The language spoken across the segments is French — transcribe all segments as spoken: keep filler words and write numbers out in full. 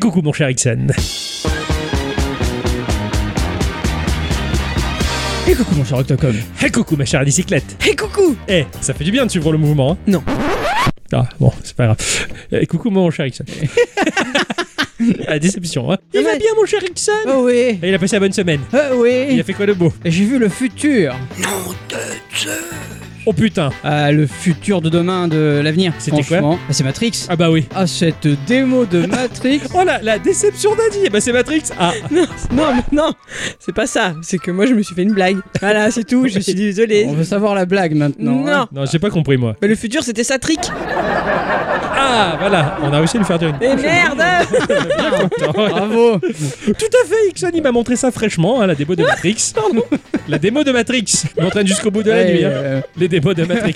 coucou mon cher Ixon. Et coucou mon cher Octocom. Et coucou ma chère bicyclette. Et coucou. Eh, ça fait du bien de suivre le mouvement. Hein. Non. Ah, bon, c'est pas grave. Et coucou mon cher Ixon. La déception, hein. Il Ouais. va bien mon cher Ixon. Oh oui. Et il a passé la bonne semaine. Ah Il oui. a fait quoi de beau? J'ai vu le futur. Oh putain. Ah, le futur de demain de l'avenir. C'était quoi? Franchement, bah, c'est Matrix. Ah bah oui. Ah, cette démo de Matrix. Oh la, la déception d'Adi. Eh bah c'est Matrix. Ah. Non, non, mais non, c'est pas ça. C'est que moi, je me suis fait une blague. Voilà, c'est tout. Je suis désolée. On veut savoir la blague maintenant. Non. hein. Non, j'ai pas compris moi. Mais le futur, c'était ça, trick. Ah voilà, on a réussi à lui faire dire une. Et merde. Bravo. Tout à fait, Ixon, il m'a montré ça fraîchement, hein, la démo de Matrix. La démo de Matrix. Il m'entraîne jusqu'au bout de la Ouais, nuit. Hein. euh, Les démos de Matrix.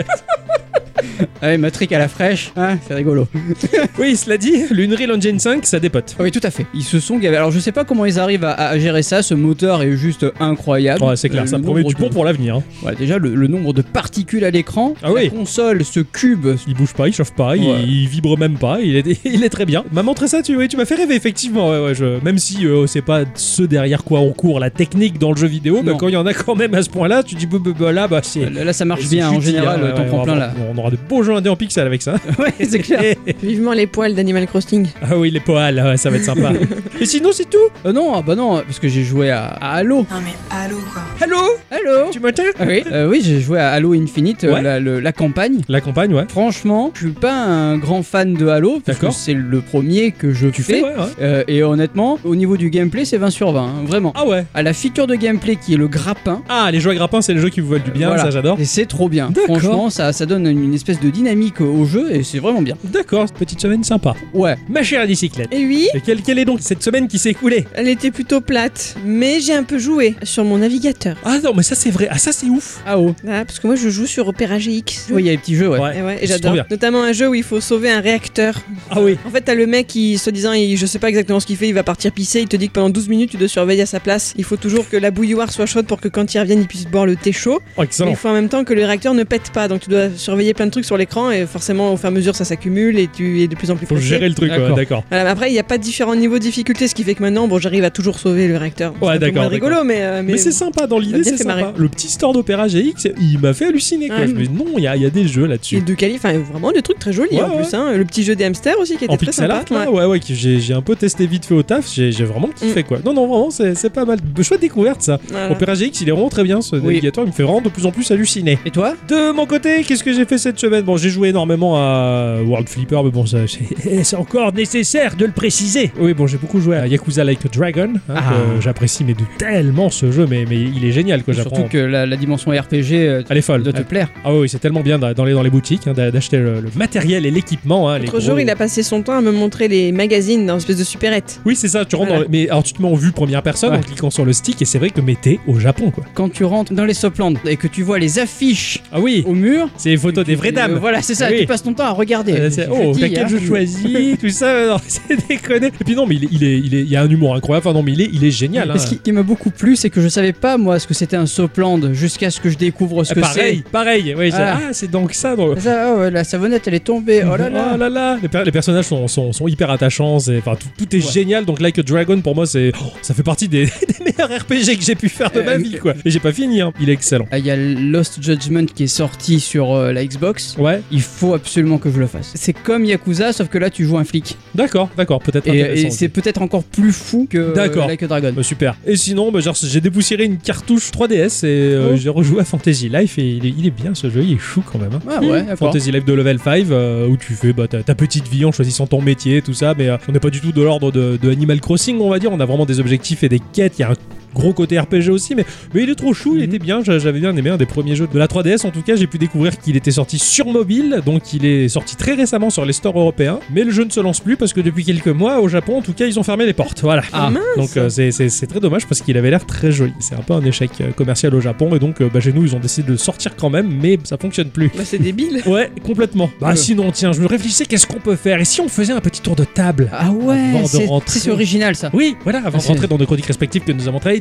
Allez, Matrix à la fraîche, hein, c'est rigolo. Oui, cela dit, l'Unreal Engine cinq, ça dépote. Oui, tout à fait. Ils se sont gavés. Alors, je sais pas comment ils arrivent à, à gérer ça. Ce moteur est juste incroyable. Ouais, c'est clair, Euh, ça le promet nombre du bon de- pour l'avenir. Hein. Ouais, déjà, le, le nombre de particules à l'écran. Ah oui. La console, ce cube. Il bouge pas, il chauffe pas, il, Ouais. il vibre même pas, il est, il est très bien. M'a montré ça, tu, oui, tu m'as fait rêver, effectivement. Ouais, ouais, je, même si euh, c'est pas ce derrière quoi on court, la technique dans le jeu vidéo, bah, Non. quand il y en a quand même à ce point-là, tu dis bah, bah, bah, là, bah c'est. Là, là, ça marche c'est bien. En futile, général, hein, t'en ouais, prends ouais, plein on- là. On aura de beaux jeux indés en pixels avec ça. Ouais, c'est clair. Vivement les poils d'Animal Crossing. Ah oui, les poils, ouais, ça va être sympa. Et sinon, c'est tout. Euh, non, ah bah non, parce que j'ai joué à, à Halo. Non mais allô quoi. Allô. Halo. Tu m'entends? Ah oui, euh, oui, j'ai joué à Halo Infinite, euh, Ouais. la, le- la campagne. La campagne, ouais. Franchement, je suis pas un grand fan de Halo, parce que D'accord. c'est le premier que je Tu fais. fais, ouais, ouais. Euh, et honnêtement, au niveau du gameplay, c'est vingt sur vingt, hein, vraiment. Ah ouais. À la feature de gameplay qui est le grappin. Ah, les jeux à grappin, c'est les jeux qui vous veulent du bien, Voilà. ça j'adore. Et c'est trop bien. D'accord. Franchement, ça, ça donne une espèce de dynamique au jeu et c'est vraiment bien. D'accord, petite semaine sympa. Ouais. Ma chère bicyclette. Et oui, Et quelle, quelle est donc cette semaine qui s'est écoulée? elle était plutôt plate. Mais j'ai un peu joué sur mon navigateur. Ah non, mais ça c'est vrai. Ah ça c'est ouf. Ah oh. Ah, parce que moi, je joue sur Opera G X. Oui, il y a les petits jeux, ouais. Et, ouais, et c'est j'adore. trop bien. Notamment un jeu où il faut sauver un réacteur. Ah oui. En fait, t'as le mec qui, soi-disant, il- je sais pas exactement ce qu'il fait, il va partir pisser, il te dit que pendant douze minutes, tu dois surveiller à sa place. Il faut toujours que la bouilloire soit chaude pour que quand il revienne, il puisse boire le thé chaud. Oh, Mais excellent. il faut en même temps que le réacteur ne pète pas. Donc tu dois surveiller plein de trucs sur l'écran et forcément, au fur et à mesure, ça s'accumule et tu es de plus en plus Faut pressé. gérer le truc, ouais, D'accord. d'accord. Voilà, mais après, il n'y a pas différents niveaux de difficulté, ce qui fait que maintenant, bon, j'arrive à toujours sauver le réacteur. Ouais, C'est un peu d'accord, moins rigolo, d'accord. mais. euh, Mais, c'est sympa, dans l'idée, bien c'est fait sympa. marrer. Le petit store d'Opéra G X, il m'a fait halluciner. Quoi. Ouais. Je me dis, non, il y a, il y a des jeux Et là-dessus. de quali, enfin vraiment des trucs très jolis Ouais, en plus. Hein. Le petit jeu des hamsters aussi qui était En très pixel sympa. art, là, ouais, ouais, que j'ai j'ai un peu testé vite fait au taf, j'ai j'ai vraiment kiffé, Mm. quoi. Non, non, vraiment, c'est c'est pas mal. Chouette découverte, ça. Voilà. Opéra G X, il est vraiment très bien, ce Oui. navigateur, il me fait vraiment de plus en plus halluciner. Et toi? De mon côté, qu'est-ce que j'ai fait cette semaine? Bon, j'ai joué énormément à World Flipper, mais bon, ça, c'est c'est encore nécessaire de le préciser. Oui, bon, j'ai beaucoup joué à Yakuza Like a Dragon, hein, Ah. que j'apprécie mais de tellement ce jeu, mais, mais il est génial, quoi. J'apprends. Surtout que la, la dimension R P G euh, Elle est folle. doit te plaire. Ah oui, c'est tellement bien d'a- d'aller dans les boutiques, hein, d'a- d'acheter le, le matériel et l'équipement. Hein, les L'autre gros- jour, il a passé son temps à me montrer les magazines dans une espèce de supérette. Oui, c'est ça, tu rentres Voilà. dans le- Mais alors, tu te mets en vue première personne Ouais. en cliquant sur le stick, et c'est vrai que mais t'es au Japon, quoi. Quand tu rentres dans les Soplands et que tu vois les affiches Ah oui, au mur. c'est les photos des vraies euh, dames. voilà, c'est ça. Oui. Tu passes ton temps à regarder. Euh, c'est- Je oh, dis, laquelle hein. je choisis, tout ça, non, c'est déconné. Et puis non, mais il est, il est, il est, il y a un humour incroyable. Enfin non, mais il est, il est génial. Et Hein. ce qui, qui m'a beaucoup plu, c'est que je savais pas moi ce que c'était un Sopland jusqu'à ce que je découvre ce Ah, que pareil, pareil. Oui, c'est- Voilà. ah, c'est donc ça. Dans... c'est. Ça, oh, la savonnette, elle est tombée. Oh là là. Oh là là. Les, per- les personnages sont, sont, sont hyper attachants. c'est- Enfin, tout, tout est Ouais. génial. Donc, Like a Dragon, pour moi, c'est, oh, ça fait partie des, des meilleurs R P G que j'ai pu faire de ma Euh, vie, quoi. Et j'ai pas fini. Hein. Il est excellent. Ah, il y a Lost Judgment qui est sorti sur euh, la Xbox. Ouais. Il faut absolument que je le fasse. C'est comme Yakuza, sauf que là tu joues un flic. D'accord, d'accord. Peut-être Et, intéressant. et c'est peut-être encore plus fou que euh, D'accord. Like a Dragon. Bah, super. Et sinon, bah, genre, j'ai dépoussiéré une cartouche trois D S et euh, Oh. j'ai rejoué à Fantasy Life et il est, il est bien ce jeu, il est chou quand même. Hein. Ah ouais, d'accord. Fantasy Life de level cinq euh, où tu fais bah, ta, ta petite vie en choisissant ton métier, tout ça, mais euh, on n'est pas du tout de l'ordre de, de Animal Crossing, on va dire. On a vraiment des objectifs et des quêtes. Il y a un gros côté R P G aussi, mais, mais il est trop chou, il Mhm. était bien. j'a- J'avais bien aimé un des premiers jeux de la trois D S. En tout cas, j'ai pu découvrir qu'il était sorti sur mobile, donc il est sorti très récemment sur les stores européens. Mais le jeu ne se lance plus parce que depuis quelques mois, au Japon, en tout cas, ils ont fermé les portes. Voilà. Ah, mince. Donc euh, c'est- c'est c'est très dommage parce qu'il avait l'air très joli. C'est un peu un échec euh, commercial au Japon et donc euh, bah, chez nous ils ont décidé de le sortir quand même, mais ça fonctionne plus. Bah, c'est débile. Ouais, complètement. Bah Ouais. sinon, tiens, je me réfléchissais qu'est-ce qu'on peut faire et si on faisait un petit tour de table. Ah ouais, Avant de c'est rentrer. c'est original ça. Oui, voilà, avant Ah, de c'est- rentrer dans nos chroniques respectives que nous avons travaillées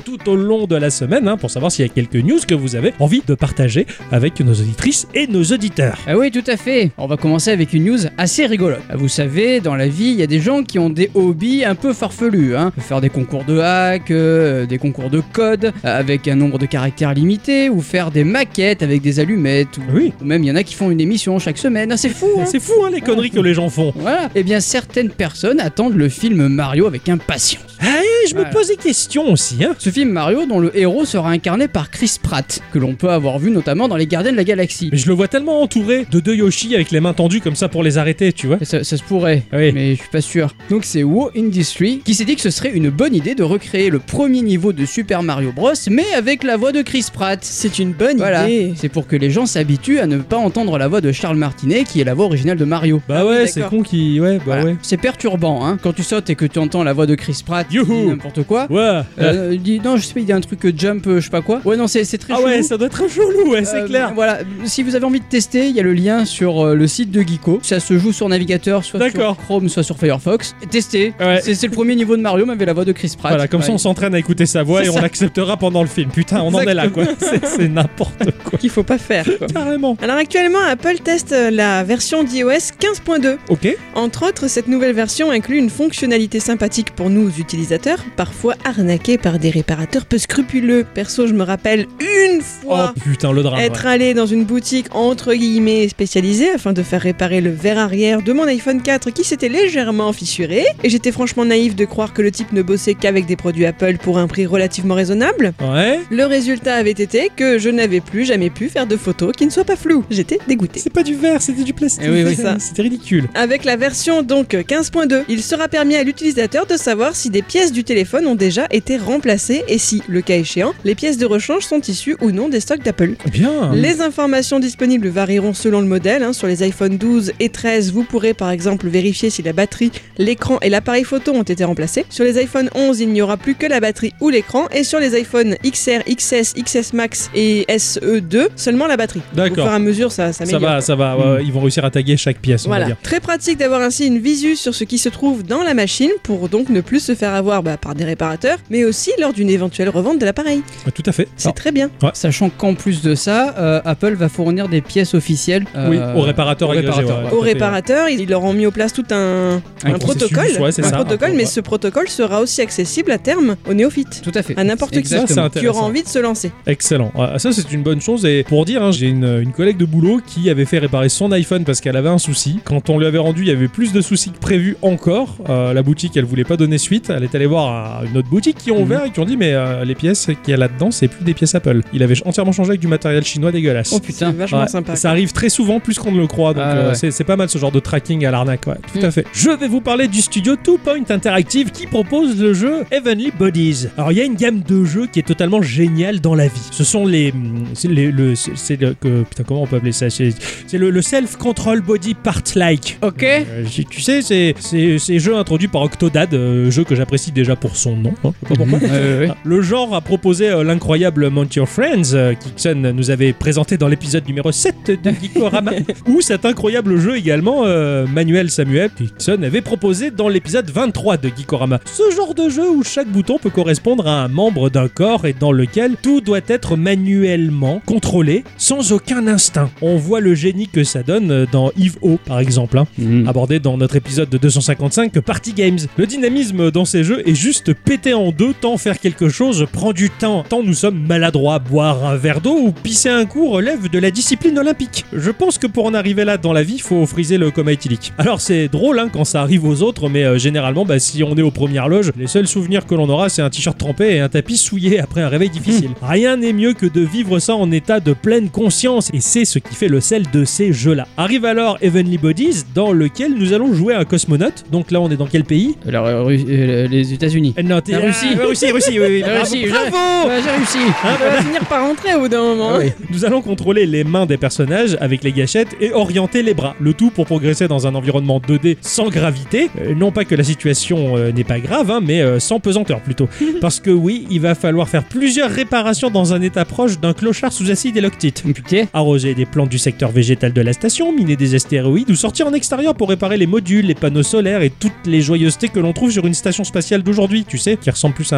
tout au long de la semaine hein, pour savoir s'il y a quelques news que vous avez envie de partager avec nos auditrices et nos auditeurs. Ah oui, tout à fait. On va commencer avec une news assez rigolote. Vous savez, dans la vie, il y a des gens qui ont des hobbies un peu farfelus. Hein. Faire des concours de hack, euh, des concours de code euh, avec un nombre de caractères limité, ou faire des maquettes avec des allumettes. Ou, Oui. ou même, il y en a qui font une émission chaque semaine. Ah, c'est fou, hein. C'est fou hein, les conneries que les gens font. Voilà. Eh bien, certaines personnes attendent le film Mario avec impatience. Ah oui, je me Voilà. pose des questions aussi. Hein. Ce film Mario, dont le héros sera incarné par Chris Pratt, que l'on peut avoir vu notamment dans Les Gardiens de la Galaxie. Mais je le vois tellement entouré de deux Yoshi avec les mains tendues comme ça pour les arrêter, tu vois. Ça, ça se pourrait, Oui. mais je suis pas sûr. Donc c'est WoW Industry qui s'est dit que ce serait une bonne idée de recréer le premier niveau de Super Mario Bros, mais avec la voix de Chris Pratt. C'est une bonne Voilà, idée. c'est pour que les gens s'habituent à ne pas entendre la voix de Charles Martinet, qui est la voix originale de Mario. Bah Ah oui, ouais, c'est d'accord. con qui... Ouais, bah Voilà. ouais. C'est perturbant, hein. Quand tu sautes et que tu entends la voix de Chris Pratt, Youhou. qui dit n'importe quoi. Ouais. Euh, il dit non, je sais pas, il y a un truc euh, jump, euh, je sais pas quoi. Ouais, non, c'est c'est très Ah chelou. ouais, ça doit être un chelou, ouais, c'est Euh, clair. Voilà, si vous avez envie de tester, il y a le lien sur euh, le site de Geeko. Ça se joue sur navigateur, soit sur D'accord. Chrome, soit sur Firefox. Testez. Ouais. C'est c'est le premier niveau de Mario, mais avec la voix de Chris Pratt. Voilà, comme ça Ouais. on s'entraîne à écouter sa voix C'est et on ça. l'acceptera pendant le film. Putain, on en est là quoi. C'est c'est n'importe quoi. Qu'il faut pas faire. quoi. Carrément. Alors actuellement, Apple teste la version d'iOS quinze point deux. Ok. Entre autres, cette nouvelle version inclut une fonctionnalité sympathique pour nous utilisateurs, parfois arnaqués par des réparateurs peu scrupuleux. Perso, je me rappelle une Oh fois putain, le drame. être ouais. allé dans une boutique entre guillemets spécialisée afin de faire réparer le verre arrière de mon iPhone quatre qui s'était légèrement fissuré. Et j'étais franchement naïf de croire que le type ne bossait qu'avec des produits Apple pour un prix relativement raisonnable. Ouais. Le résultat avait été que je n'avais plus jamais pu faire de photos qui ne soient pas floues. J'étais dégoûtée. C'est pas du verre, c'était du plastique. Eh oui, oui. C'est ça. C'était ridicule. Avec la version donc quinze point deux, il sera permis à l'utilisateur de savoir si des pièces du téléphone ont déjà été remplacées et si, le cas échéant, les pièces de rechange sont issues ou non des stocks d'Apple. Bien. Les informations disponibles varieront selon le modèle. hein. Sur les iPhone douze et treize, vous pourrez par exemple vérifier si la batterie, l'écran et l'appareil photo ont été remplacés. Sur les iPhone onze, il n'y aura plus que la batterie ou l'écran. Et sur les iPhone X R, X S, X S Max et S E deux, seulement la batterie. Au D'accord. fur et à mesure, ça, ça Ça s'améliore. va, ça va. ouais, ils vont réussir à taguer chaque pièce, on va Voilà, dire. très pratique d'avoir ainsi une visu sur ce qui se trouve dans la machine pour donc ne plus se faire avoir bah, par des réparateurs, mais aussi lors d'une éventuelle revente de l'appareil. Ouais, Tout à fait. C'est très bien. Sachant qu'en plus de ça, euh, Apple va fournir des pièces officielles euh, Oui, aux réparateurs aux agrégés, réparateurs, ouais. ouais. Tout Aux à fait, réparateurs, ils leur ont mis au place tout un, Un un processus, protocole, ouais, c'est un ça, protocole, un- mais ouais. ce protocole sera aussi accessible à terme aux néophytes, Tout à fait. à n'importe qui Ça, c'est Exactement. intéressant. qui aura envie de se lancer. Excellent. Ouais, ça, c'est une bonne chose. Et pour dire, hein, j'ai une, une collègue de boulot qui avait fait réparer son iPhone parce qu'elle avait un souci. Quand on lui avait rendu, il y avait plus de soucis que prévu encore. Euh, la boutique, elle voulait pas donner suite. Elle est allée voir euh, une autre boutique qui ont Mhm. ouvert et qui ont dit mais euh, les pièces qu'il y a là-dedans, c'est plus des pièces Apple. Il avait entièrement changé avec du matériel chinois dégueulasse. Oh putain. C'est vachement Ouais, sympa. ça arrive très souvent, plus qu'on ne le croit, donc Ah, euh, ouais. c'est, c'est pas mal ce genre de tracking à l'arnaque, ouais, tout Mm. à fait. Je vais vous parler du studio Two Point Interactive qui propose le jeu Heavenly Bodies. Alors il y a une gamme de jeux qui est totalement géniale dans la vie. Ce sont les, c'est les- le, c'est c'est le, que, putain comment on peut appeler ça, c'est, c'est le, le self-control body part-like. Ok. Euh, j'ai- tu sais, c'est, c'est, c'est jeu introduit par Octodad, euh, jeu que j'apprécie déjà pour son nom, hein, je sais pas pourquoi. Ouais, ouais, ouais. Le genre a proposé euh, l'incroyable Mount Your Friends, euh, qu'Ixon nous avait présenté dans l'épisode numéro sept de Geekorama, ou cet incroyable jeu également, euh, Manuel Samuel, qu'Ixon avait proposé dans l'épisode vingt-trois de Geekorama. Ce genre de jeu où chaque bouton peut correspondre à un membre d'un corps et dans lequel tout doit être manuellement contrôlé, sans aucun instinct. On voit le génie que ça donne euh, dans Eve O, par exemple, hein, Mhm. abordé dans notre épisode de deux cent cinquante-cinq Party Games. Le dynamisme dans ces jeux est juste pété en deux tant faire quelque chose prend du temps, tant nous sommes maladroits. Boire un verre d'eau ou pisser un coup relève de la discipline olympique. Je pense que pour en arriver là dans la vie, faut friser le coma éthylique. Alors c'est drôle hein, quand ça arrive aux autres, mais euh, généralement, bah, si on est aux premières loges, les seuls souvenirs que l'on aura, c'est un t-shirt trempé et un tapis souillé après un réveil difficile. Rien n'est mieux que de vivre ça en état de pleine conscience, et c'est ce qui fait le sel de ces jeux-là. Arrive alors Heavenly Bodies, dans lequel nous allons jouer un cosmonaute. Donc là, on est dans quel pays? Alors, euh, Ru- euh, les États-Unis. Euh, Non, t'es- La Russie. Ah, Russie, Russie, oui, oui. La Bravo, Russie, j'ai- bravo. Ouais, j'ai réussi. Hein, On va finir par rentrer au bout d'un moment. Ah oui. Nous allons contrôler les mains des personnages avec les gâchettes et orienter les bras. Le tout pour progresser dans un environnement deux D sans gravité. Euh, non pas que la situation euh, n'est pas grave, hein, mais euh, sans pesanteur plutôt. Parce que oui, il va falloir faire plusieurs réparations dans un état proche d'un clochard sous acide et loctite. Putain. Arroser des plantes du secteur végétal de la station, miner des astéroïdes ou sortir en extérieur pour réparer les modules, les panneaux solaires et toutes les joyeusetés que l'on trouve sur une station spatiale d'aujourd'hui, tu sais, qui ressemble plus à un panier à salade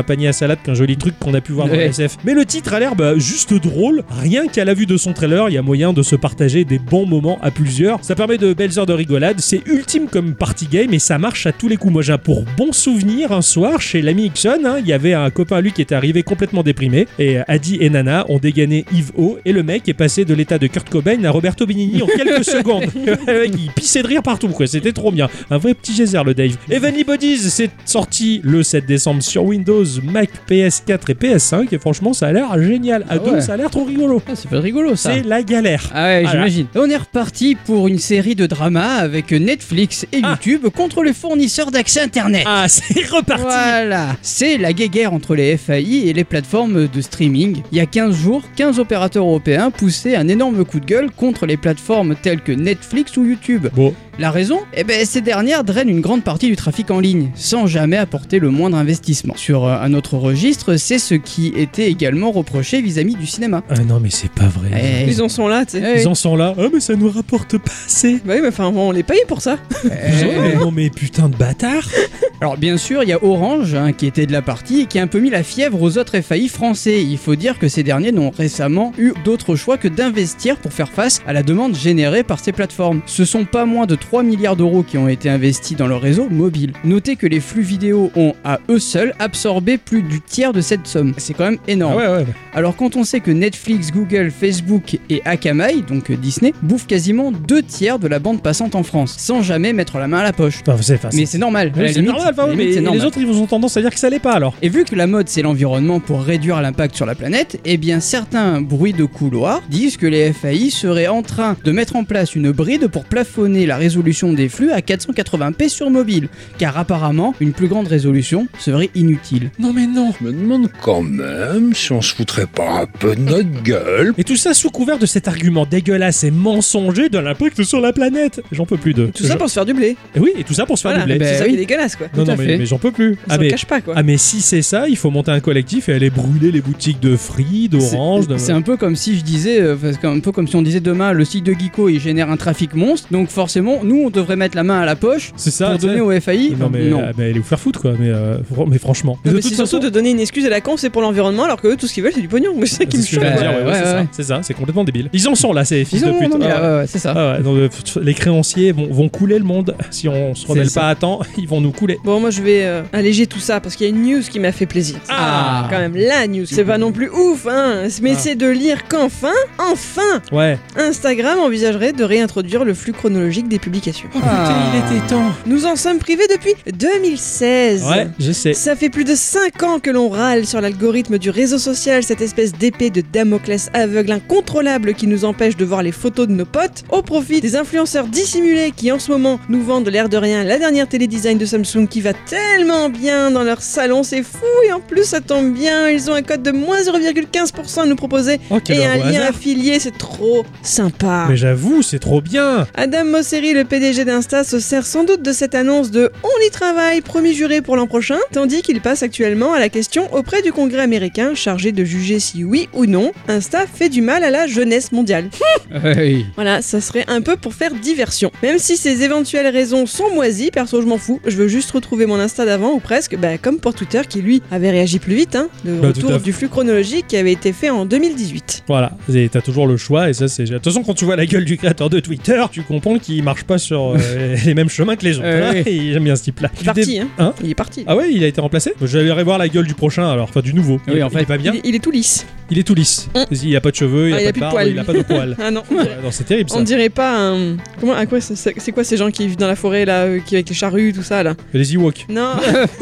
salade qu'un joli truc qu'on a pu voir dans Ouais. la S F. Mais le titre a l'air bah, juste drôle. Rien qu'à la vue de son trailer, il y a moyen de se partager des bons moments à plusieurs. Ça permet de belles heures de rigolade. C'est ultime comme party game et ça marche à tous les coups. Moi, j'ai un pour bon souvenir un soir chez l'ami Ixon. Hein, il y avait un copain à lui qui était arrivé complètement déprimé. Et Adi et Nana ont dégainé Yves O. Et le mec est passé de l'état de Kurt Cobain à Roberto Benigni en quelques secondes. Le mec, il pissait de rire partout, quoi. C'était trop bien. Un vrai petit geyser, le Dave. Heavenly Bodies, c'est sorti le sept décembre sur Windows, Mac, P S quatre et P S cinq. Et franchement, ça a l'air génial. À Ah deux, ouais. ça a l'air trop rigolo. Ah, ça fait rigolo ça. C'est la galère. Ah ouais, Voilà. j'imagine. Et on est reparti pour une série de dramas avec Netflix et Ah. YouTube contre les fournisseurs d'accès Internet. Ah, c'est reparti. Voilà, c'est la guéguerre entre les F A I et les plateformes de streaming. Il y a quinze jours, quinze opérateurs européens poussaient un énorme coup de gueule contre les plateformes telles que Netflix ou YouTube. Bon, La raison ? Eh ben, ces dernières drainent une grande partie du trafic en ligne, sans jamais apporter le moindre investissement. Sur euh, un autre registre, c'est ce qui était également reproché vis-à-vis du cinéma. ah non, mais c'est pas vrai. Eh, Ils en sont là, tu sais. eh, Ils en sont là. Ah, mais ça nous rapporte pas assez. Bah oui, mais enfin, bon, on les paye pour ça. eh. Oh, non, mais putain de bâtard. Alors bien sûr, il y a Orange hein, qui était de la partie et qui a un peu mis la fièvre aux autres F A I français. Il faut dire que ces derniers n'ont récemment eu d'autre choix que d'investir pour faire face à la demande générée par ces plateformes. Ce sont pas moins de trois milliards d'euros qui ont été investis dans le réseau mobile. Notez que les flux vidéo ont à eux seuls absorbé plus du tiers de cette somme. C'est quand même énorme. Ah ouais, ouais. Alors quand on sait que Netflix, Google, Facebook et Akamai, donc euh, Disney, bouffent quasiment deux tiers de la bande passante en France, sans jamais mettre la main à la poche. Enfin, c'est, enfin, Mais c'est normal. À Oui, la c'est limite, normal, enfin, à la oui, limite, mais c'est normal. les autres, ils ont tendance à dire que ça l'est pas alors. Et vu que la mode c'est l'environnement pour réduire l'impact sur la planète, eh bien certains bruits de couloir disent que les F A I seraient en train de mettre en place une bride pour plafonner la résolution des flux à quatre cent quatre-vingts p sur mobile, car apparemment une plus grande résolution serait inutile. Non, mais non. Je me demande quand même si on se foutrait pas un peu de notre gueule. Et tout ça sous couvert de cet argument dégueulasse et mensonger de l'impact sur la planète. J'en peux plus de. Tout ça Je- pour se faire du blé. Et oui, et tout ça pour se faire Voilà, du blé. Ben c'est ça oui. qui est dégueulasse, quoi. non, tout non, à mais, fait. mais j'en peux plus. Ils Ah s'en mais, cachent pas, quoi. ah, mais si c'est ça, il faut monter un collectif et aller brûler les boutiques de Free, d'Orange. C'est de... c'est un peu comme si je disais, euh, parce qu'un peu comme si on disait demain le site de Geeko il génère un trafic monstre, donc forcément nous on devrait mettre la main à la poche C'est ça. pour tu sais. donner au F A I. Non, mais, non. ah, mais allez vous faire foutre quoi. Mais, euh, fr- mais franchement. Non, de mais toute c'est façon, surtout de donner une excuse à la con, c'est pour l'environnement, alors que eux, tout ce qu'ils veulent, c'est du pognon. Mais c'est ça qui me c'est ce que choque. j'allais Ouais, dire, ouais, ouais, c'est ça. ouais. C'est ça, c'est complètement débile. Ils en sont là, ces fils Ils de ont- pute. non, mais, Ah, ouais. ouais, ouais, c'est ça. Ah ouais, donc, euh, pff, les créanciers vont, vont couler le monde. Si on se rebelle C'est ça. pas à temps, ils vont nous couler. Bon, moi je vais euh, alléger tout ça parce qu'il y a une news qui m'a fait plaisir. Ah. Quand même, la news. C'est pas non plus ouf, hein. Mais Ah. c'est de lire qu'enfin, enfin, Ouais. Instagram envisagerait de réintroduire le flux chronologique des publications. Ah. il était temps. Nous en sommes privés depuis deux mille seize. Ouais, je sais. Ça fait plus de cinq ans que l'on râle sur l'algorithme du réseau social, cette espèce d'épée de Damoclès aveugle incontrôlable qui nous empêche de voir les photos de nos potes, au profit des influenceurs dissimulés qui en ce moment nous vendent l'air de rien la dernière télédesign de Samsung qui va tellement bien dans leur salon, c'est fou, et en plus ça tombe bien, ils ont un code de moins zéro virgule quinze pour cent à nous proposer Oh, quel et un heureux lien hasard. affilié, c'est trop sympa. Mais j'avoue, c'est trop bien. Adam Mosseri, le P D G d'Insta, se sert sans doute de cette annonce de « on y travaille, promis juré pour l'an prochain », tandis qu'il passe actuellement à la question auprès du Congrès américain chargé de juger si oui ou non Insta fait du mal à la jeunesse mondiale. Ouais. Voilà, ça serait un peu pour faire diversion. Même si ces éventuelles raisons sont moisies, perso je m'en fous, je veux juste retrouver mon Insta d'avant ou presque, bah, comme pour Twitter qui lui avait réagi plus vite, hein, le Bah, tout à retour fait. du flux chronologique qui avait été fait en deux mille dix-huit. Voilà, et t'as toujours le choix et ça c'est. De toute façon, quand tu vois la gueule du créateur de Twitter, tu comprends qu'il marche pas sur euh, les mêmes chemins que les autres. Euh, hein. oui. Et J'aime bien ce type-là. Il est parti, hein. Hein Il est parti. Ah ouais, il a été remplacé. Je vais aller voir la gueule du prochain alors, enfin du nouveau. Il, Oui, est- en il fait, est pas bien. Il, est- il est tout lisse. Il est tout lisse. Mm. Il a pas de cheveux, il Ah, a il pas a de plus de barbe, poils, il a lui. pas de poils. Ah non. Ouais, non, c'est terrible ça. On dirait pas un. Comment, à quoi c'est- c'est c'est quoi ces gens qui vivent dans la forêt là, euh, qui avec les charrues, tout ça là? Les Ewoks. Non.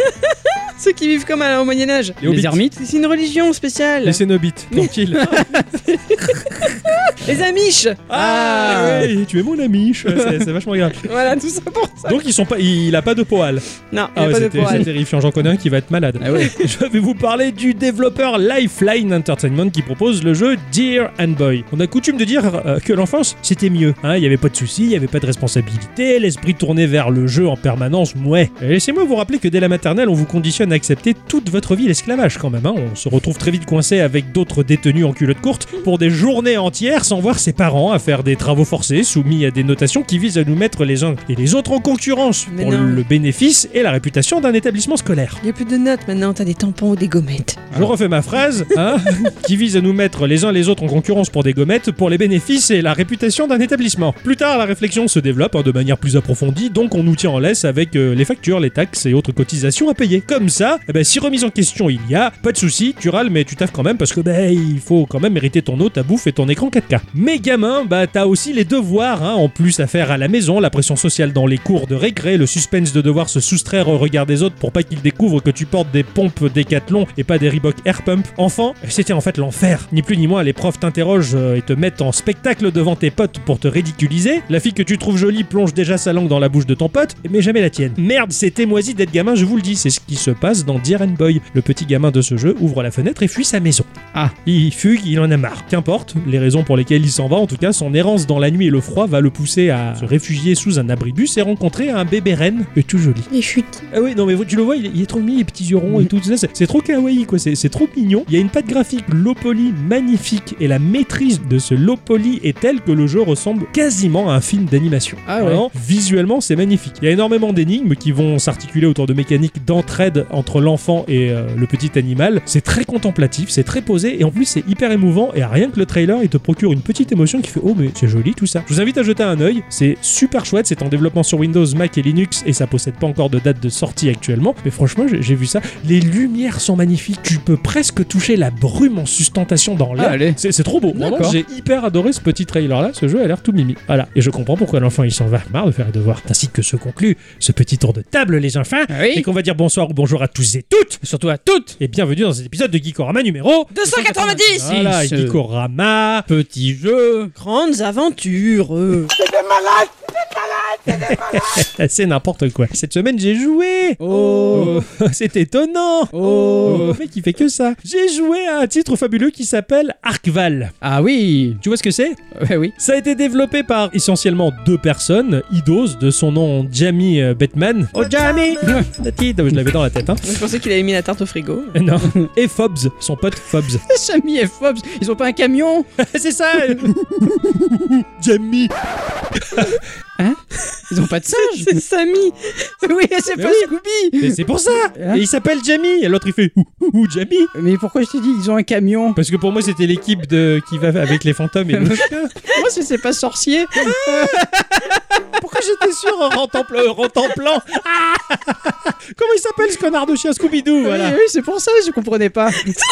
Ceux qui vivent comme à- au Moyen-Âge. Les Hobbits. Les ermites. C'est c'est une religion spéciale. Les Cénobites. Tranquille. Les Amish. Ah oui, tu es mon ami. je- C'est c'est vachement grave. Voilà, tout ça pour ça. Donc ils sont pas, il a pas de poils. Non, il Ah n'y a ouais, pas de c'est c'est poil. terrifiant. J'en connais un qui va être malade. Ah ouais. Je vais vous parler du développeur Lifeline Entertainment qui propose le jeu Dear and Boy. On a coutume de dire euh, que l'enfance c'était mieux. Hein, il n'y avait pas de soucis, il n'y avait pas de responsabilité, l'esprit tourné vers le jeu en permanence, ouais. Et laissez-moi vous rappeler que dès la maternelle, on vous conditionne à accepter toute votre vie l'esclavage quand même. Hein. On se retrouve très vite coincé avec d'autres détenus en culotte courte pour des journées entières entière sans voir ses parents à faire des travaux forcés soumis à des notations qui visent à nous mettre les uns et les autres en concurrence Mais pour non. le bénéfice et la réputation d'un établissement scolaire. Il n'y a plus de notes maintenant, t'as des tampons ou des gommettes. Je refais ma phrase, hein, qui vise à nous mettre les uns les autres en concurrence pour des gommettes, pour les bénéfices et la réputation d'un établissement. Plus tard, la réflexion se développe hein, de manière plus approfondie, donc on nous tient en laisse avec euh, les factures, les taxes et autres cotisations à payer. Comme ça, eh ben, si remise en question il y a, pas de souci, tu râles mais tu taffes quand même parce que ben, il faut quand même mériter ton eau, ta bouffe et ton écran quatre K. Mais gamin, bah t'as aussi les devoirs, hein, en plus à faire à la maison, la pression sociale dans les cours de récré, le suspense de devoir se soustraire au regard des autres pour pas qu'ils découvrent que tu portes des pompes Décathlon et pas des Reebok Air Pump. Enfant, c'était en fait l'enfer. Ni plus ni moins, les profs t'interrogent euh, et te mettent en spectacle devant tes potes pour te ridiculiser. La fille que tu trouves jolie plonge déjà sa langue dans la bouche de ton pote, mais jamais la tienne. Merde, c'était moisi d'être gamin, je vous le dis, c'est ce qui se passe dans Dear and Boy. Le petit gamin de ce jeu ouvre la fenêtre et fuit sa maison. Ah. Il fugue, il en a marre. Qu'importe les raisons pour lesquelles il s'en va, en tout cas, son errance dans la nuit et le froid va le pousser à se réfugier sous un abribus et rencontrer un bébé renne et tout joli. Les chutes. Ah oui, non mais tu le vois, il est, il est trop mignon, les petits yeux ronds et tout, tout ça, c'est, c'est trop kawaii quoi, c'est, c'est trop mignon. Il y a une patte graphique low poly magnifique et la maîtrise de ce low poly est telle que le jeu ressemble quasiment à un film d'animation. Ah ouais. Vraiment, visuellement c'est magnifique. Il y a énormément d'énigmes qui vont s'articuler autour de mécaniques d'entraide entre l'enfant et euh, le petit animal. C'est très contemplatif, c'est très posé et en plus c'est hyper émouvant et rien que le trailer il te procure une petite émotion qui fait oh mais c'est joli tout ça. Je vous invite à jeter un œil, c'est super chouette, c'est en développement sur Windows, Mac et Linux et ça possède pas encore de date de sortie actuellement, mais franchement j'ai, j'ai vu ça. Les lumières sont magnifiques, tu peux presque toucher la brume en sustentation dans l'air. Ah, allez. C'est, c'est trop beau, vraiment D'accord. j'ai hyper adoré ce petit trailer là, ce jeu a l'air tout mimi. Voilà, et je comprends pourquoi l'enfant il s'en va, marre de faire les devoirs. Ainsi que se conclut ce petit tour de table les enfants, Ah oui. et qu'on va dire bonsoir ou bonjour à tous et toutes, Surtout à toutes. et bienvenue dans cet épisode de Geekorama numéro deux cent quatre-vingt-dix. Voilà, Ce- Geekorama. Petit jeu. Grandes aventures. euh. C'est n'importe quoi. Cette semaine, j'ai joué. Oh. Oh, c'est étonnant. Oh. Le mec, il fait que ça. J'ai joué à un titre fabuleux qui s'appelle Arkval. Ah oui. Tu vois ce que c'est? Ouais, oui. Ça a été développé par essentiellement deux personnes. Idos, de son nom Jamie euh, Batman. Oh, Jamie. Je l'avais dans la tête, hein. Je pensais qu'il avait mis la tarte au frigo. Non. Et Fobs, son pote Fobs. Samy et Fobs, ils ont pas un camion? C'est ça. Jamie. Ils ont pas de singe? C'est Samy. Oui, c'est Mais pas oui. Scooby. Et c'est pour ça. Hein? Et il s'appelle Jamie. Et l'autre, il fait ouh, ouh, ouh, Jamie. Mais pourquoi je t'ai dit ils ont un camion? Parce que pour moi, c'était l'équipe de qui va avec les fantômes et le chien. Moi, si c'est pas sorcier. Pourquoi j'étais sûr en rentant plan, rentant plan Ah Comment il s'appelle ce connard de chien Scooby-Doo, voilà. Oui, oui, c'est pour ça, je comprenais pas.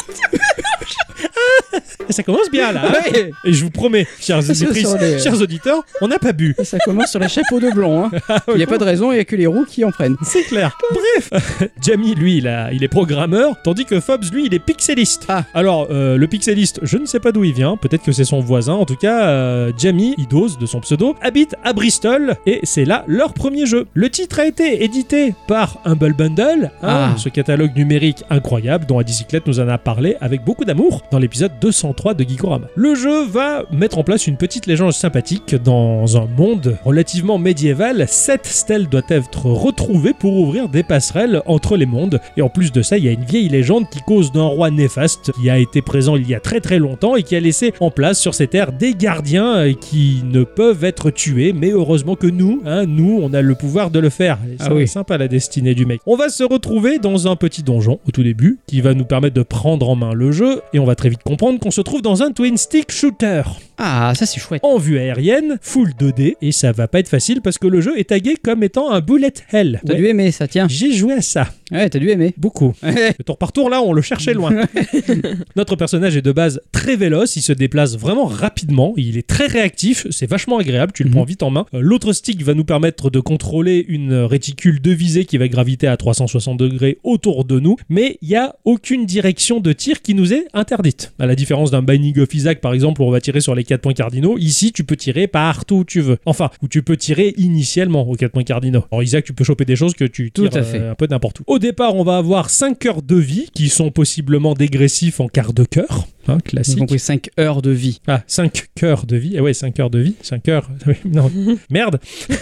Et ça commence bien là. hein. Ouais. Et je vous promets, chers Ça, c'est auditrices, sur les- chers auditeurs, on n'a pas bu. Ça commence sur les chapeaux de blanc. Hein. Il n'y a pas de raison, il n'y a que les roues qui en prennent. C'est clair. Bref, Jamie, lui, il, a, il est programmeur, tandis que Fobs, lui, il est pixeliste. Ah. Alors, euh, le pixeliste, je ne sais pas d'où il vient, peut-être que c'est son voisin. En tout cas, euh, Jamie, Idos, de son pseudo, habite à Bristol, et c'est là leur premier jeu. Le titre a été édité par Humble Bundle, hein, Ah. ce catalogue numérique incroyable dont Adicyclette nous en a parlé avec beaucoup d'amour dans l'épisode deux cent trois de Geekorama. Le jeu va mettre en place une petite légende sympathique dans un monde relativement médiéval. Sept stèles doivent être retrouvées pour ouvrir des passerelles entre les mondes. Et en plus de ça, il y a une vieille légende qui cause d'un roi néfaste qui a été présent il y a très très longtemps et qui a laissé en place sur ces terres des gardiens euh, qui ne peuvent être tués. Mais heureusement que nous, hein, nous, on a le pouvoir de le faire. Et ça, Ah oui. c'est sympa la destinée du mec. On va se retrouver dans un petit donjon au tout début qui va nous permettre de prendre en main le jeu et on va très vite comprendre qu'on se trouve dans un twin stick shooter Ah, ça c'est chouette. en vue aérienne, full deux D, et ça va pas être facile parce que le jeu est tagué comme étant un bullet hell. T'as Ouais. dû aimer ça, tiens. J'ai joué à ça, Ouais, t'as dû aimer. beaucoup. Le tour par tour là, on le cherchait loin. Notre personnage est de base très véloce, il se déplace vraiment rapidement, il est très réactif, c'est vachement agréable, tu le Mhm. prends vite en main. Euh, L'autre stick va nous permettre de contrôler une réticule de visée qui va graviter à trois cent soixante degrés autour de nous, mais il n'y a aucune direction de tir qui nous est interdite. À la différence d'un Binding of Isaac par exemple, où on va tirer sur les quatre points cardinaux, ici tu peux tirer partout où tu veux. Enfin, où tu peux tirer initialement aux quatre points cardinaux. En Isaac, tu peux choper des choses que tu Tout tires à fait. euh, un peu n'importe où. Au départ, on va avoir cinq cœurs de vie qui sont possiblement dégressifs en quart de cœur. hein, J'ai classique. compris cinq heures de vie. Ah, cinq cœurs de vie. Eh ouais, cinq heures de vie. cinq heures. Oui, non. Merde.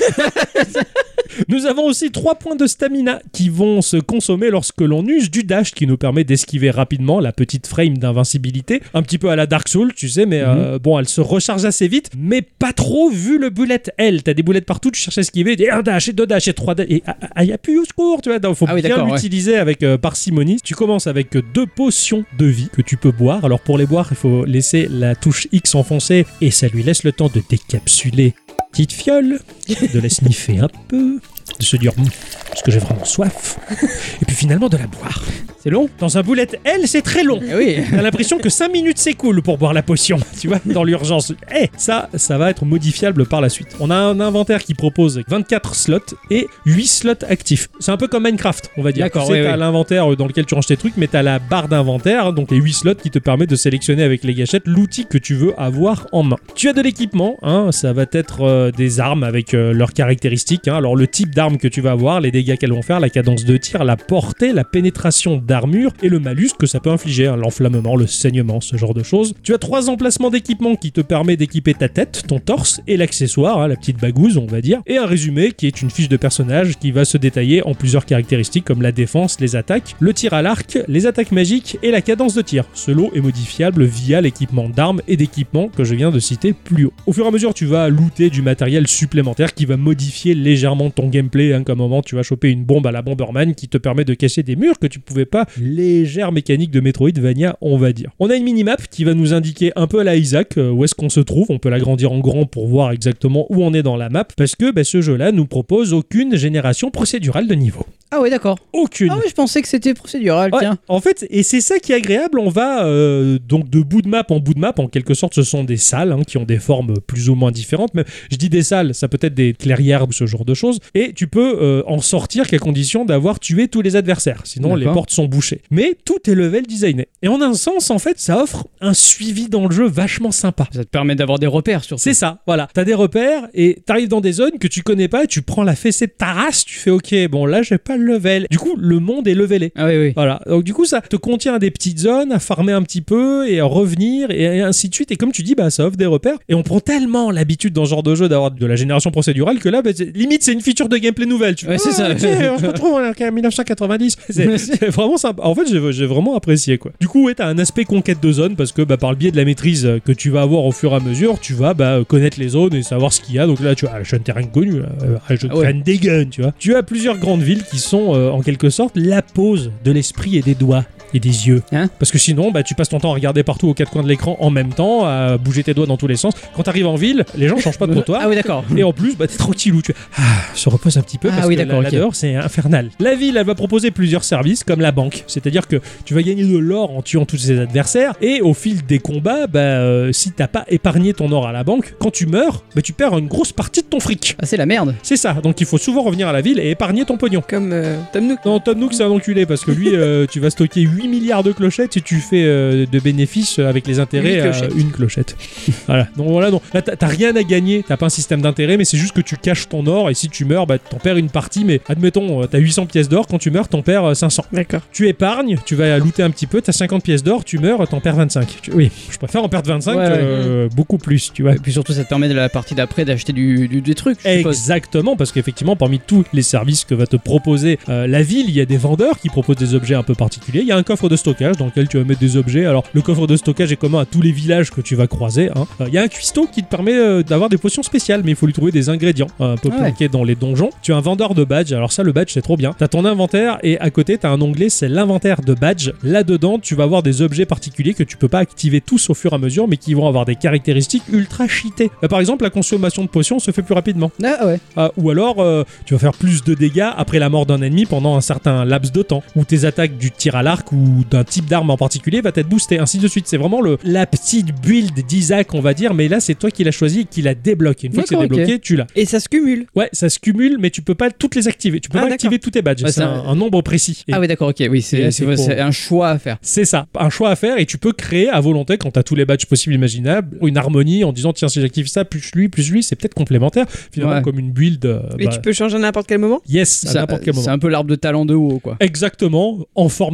Nous avons aussi trois points de stamina qui vont se consommer lorsque l'on use du dash qui nous permet d'esquiver rapidement la petite frame d'invincibilité. Un petit peu à la Dark Souls, tu sais, mais mm-hmm. euh, bon, elle se recharge assez vite, mais pas trop vu le bullet L. T'as des boulettes partout, tu cherches à esquiver, et un dash, et deux dash, et trois dash, et il ah, n'y a plus au secours, tu vois. Donc, faut ah oui, bien l'utiliser ouais. avec euh, parcimonie. Tu commences avec deux potions de vie que tu peux boire. Alors pour les boire, il faut laisser la touche X enfoncée et ça lui laisse le temps de décapsuler petite fiole, de la sniffer un peu, de se dire mmm, est-ce que j'ai vraiment soif, et puis finalement de la boire. C'est long. Dans un bullet L, c'est très long. Eh oui. T'as l'impression que cinq minutes s'écoulent pour boire la potion, tu vois, dans l'urgence. Eh, hey, ça, ça va être modifiable par la suite. On a un inventaire qui propose vingt-quatre slots et huit slots actifs. C'est un peu comme Minecraft, on va dire. D'accord, tu sais, oui, t'as oui. l'inventaire dans lequel tu ranges tes trucs, mais t'as la barre d'inventaire, donc les huit slots qui te permettent de sélectionner avec les gâchettes l'outil que tu veux avoir en main. Tu as de l'équipement, hein, ça va être euh, des armes avec euh, leurs caractéristiques. Hein. Alors le type d'arme que tu vas avoir, les dégâts qu'elles vont faire, la cadence de tir, la portée, la pénétration d'armure et le malus que ça peut infliger, hein, l'enflammement, le saignement, ce genre de choses. Tu as trois emplacements d'équipement qui te permet d'équiper ta tête, ton torse et l'accessoire, hein, la petite bagouze on va dire, et un résumé qui est une fiche de personnage qui va se détailler en plusieurs caractéristiques comme la défense, les attaques, le tir à l'arc, les attaques magiques et la cadence de tir. Ce lot est modifiable via l'équipement d'armes et d'équipements que je viens de citer plus haut. Au fur et à mesure tu vas looter du matériel supplémentaire qui va modifier légèrement ton gameplay, hein, comme un moment tu vas choper une bombe à la Bomberman qui te permet de casser des murs que tu pouvais pas légèrement mécanique de Metroidvania, on va dire. On a une minimap qui va nous indiquer un peu à la Isaac euh, où est-ce qu'on se trouve. On peut l'agrandir en grand pour voir exactement où on est dans la map parce que bah, ce jeu-là nous propose aucune génération procédurale de niveau. Ah ouais, d'accord. Aucune. Ah ouais, je pensais que c'était procédural, ouais, tiens. En fait, et c'est ça qui est agréable, on va euh, donc de bout de map en bout de map, en quelque sorte, ce sont des salles hein, qui ont des formes plus ou moins différentes. Mais je dis des salles, ça peut être des clairières ou ce genre de choses. Et tu peux euh, en sortir qu'à condition d'avoir tué tous les adversaires. Sinon, d'accord. Les portes sont bouchées. Mais tout est level designé. Et en un sens, en fait, ça offre un suivi dans le jeu vachement sympa. Ça te permet d'avoir des repères, surtout. C'est ça, voilà. T'as des repères et t'arrives dans des zones que tu connais pas, et tu prends la fessée de ta race, tu fais ok, bon là, j'ai pas le level. Du coup, le monde est levelé. Ah oui, oui. Voilà. Donc du coup, ça te contient des petites zones à farmer un petit peu et à revenir et ainsi de suite. Et comme tu dis, bah ça offre des repères. Et on prend tellement l'habitude dans ce genre de jeu d'avoir de la génération procédurale que là, bah, limite, c'est une feature de gameplay nouvelle. Tu ouais, vois, c'est ah, ça. Okay, on se retrouve en dix-neuf cent quatre-vingt-dix. C'est, c'est vraiment sympa. En fait, j'ai, j'ai vraiment apprécié quoi. Du coup, ouais, t'as un aspect conquête de zone parce que bah, par le biais de la maîtrise que tu vas avoir au fur et à mesure, tu vas bah, connaître les zones et savoir ce qu'il y a. Donc là, tu vois, ah, je suis un terrain connu, là. Ah, je ah, traîne ouais. des guns, tu vois. Tu as plusieurs grandes villes qui sont euh, en quelque sorte la pose de l'esprit et des doigts et des yeux. Hein Parce que sinon, bah, tu passes ton temps à regarder partout aux quatre coins de l'écran en même temps, à bouger tes doigts dans tous les sens. Quand t'arrives en ville, les gens changent pas de trottoir. Ah oui, d'accord. Et en plus, bah, t'es tranquillou. Tu ah, se repose un petit peu ah, parce oui, que là, là okay. dehors, c'est infernal. La ville, elle va proposer plusieurs services comme la banque. C'est-à-dire que tu vas gagner de l'or en tuant tous ses adversaires et au fil des combats, bah, euh, si t'as pas épargné ton or à la banque, quand tu meurs, bah, tu perds une grosse partie de ton fric. Ah, c'est la merde. C'est ça. Donc il faut souvent revenir à la ville et épargner ton pognon. Comme euh, Tom Nook. Non, Tom Nook, c'est un enculé parce que lui, euh, tu vas stocker huit milliards de clochettes et tu fais euh, de bénéfices avec les intérêts à une clochette. Voilà. Donc voilà, donc, là t'as, t'as rien à gagner, t'as pas un système d'intérêt, mais c'est juste que tu caches ton or et si tu meurs, bah t'en perds une partie, mais admettons, t'as huit cents pièces d'or, quand tu meurs, t'en perds cinq cents. D'accord. Tu épargnes, tu vas looter un petit peu, t'as cinquante pièces d'or, tu meurs, t'en perds vingt-cinq. Tu... Oui, je préfère en perdre vingt-cinq ouais, que ouais. Euh, beaucoup plus, tu vois. Et puis surtout, ça te permet de la partie d'après d'acheter du, du, des trucs. Exactement, parce qu'effectivement, parmi tous les services que va te proposer euh, la ville, il y a des vendeurs qui proposent des objets un peu particuliers. Il y a un coffre de stockage dans lequel tu vas mettre des objets. Alors, le coffre de stockage est commun à tous les villages que tu vas croiser. Hein. Euh, il y a un cuistot qui te permet euh, d'avoir des potions spéciales, mais il faut lui trouver des ingrédients euh, un peu ah planqués ouais. dans les donjons. Tu as un vendeur de badges. Alors ça, le badge, c'est trop bien. Tu as ton inventaire et à côté, tu as un onglet, c'est l'inventaire de badges. Là-dedans, tu vas avoir des objets particuliers que tu peux pas activer tous au fur et à mesure, mais qui vont avoir des caractéristiques ultra cheatées. Euh, par exemple, la consommation de potions se fait plus rapidement. Ah ouais. Euh, ou alors, euh, tu vas faire plus de dégâts après la mort d'un ennemi pendant un certain laps de temps. Ou tes attaques du tir à l'arc ou d'un type d'arme en particulier va être boostée, ainsi de suite. C'est vraiment le, la petite build d'Isaac, on va dire, mais là, c'est toi qui l'as choisi et qui la débloque. Une fois d'accord, que c'est débloqué, okay. tu l'as. Et ça se cumule. Ouais, ça se cumule, mais tu peux pas toutes les activer. Tu peux ah, pas activer tous tes badges. Ouais, c'est un, un nombre précis. Et ah oui, d'accord, ok. Oui, c'est, c'est, c'est, c'est un choix à faire. C'est ça, un choix à faire et tu peux créer à volonté, quand tu as tous les badges possibles imaginables, une harmonie en disant tiens, si j'active ça, plus lui, plus lui, c'est peut-être complémentaire. Finalement, ouais. comme une build. Euh, mais bah... tu peux changer à n'importe quel moment. Yes, à ça, n'importe quel moment. C'est un peu l'arbre de talent de haut, quoi. Exactement, en forme d'inventaire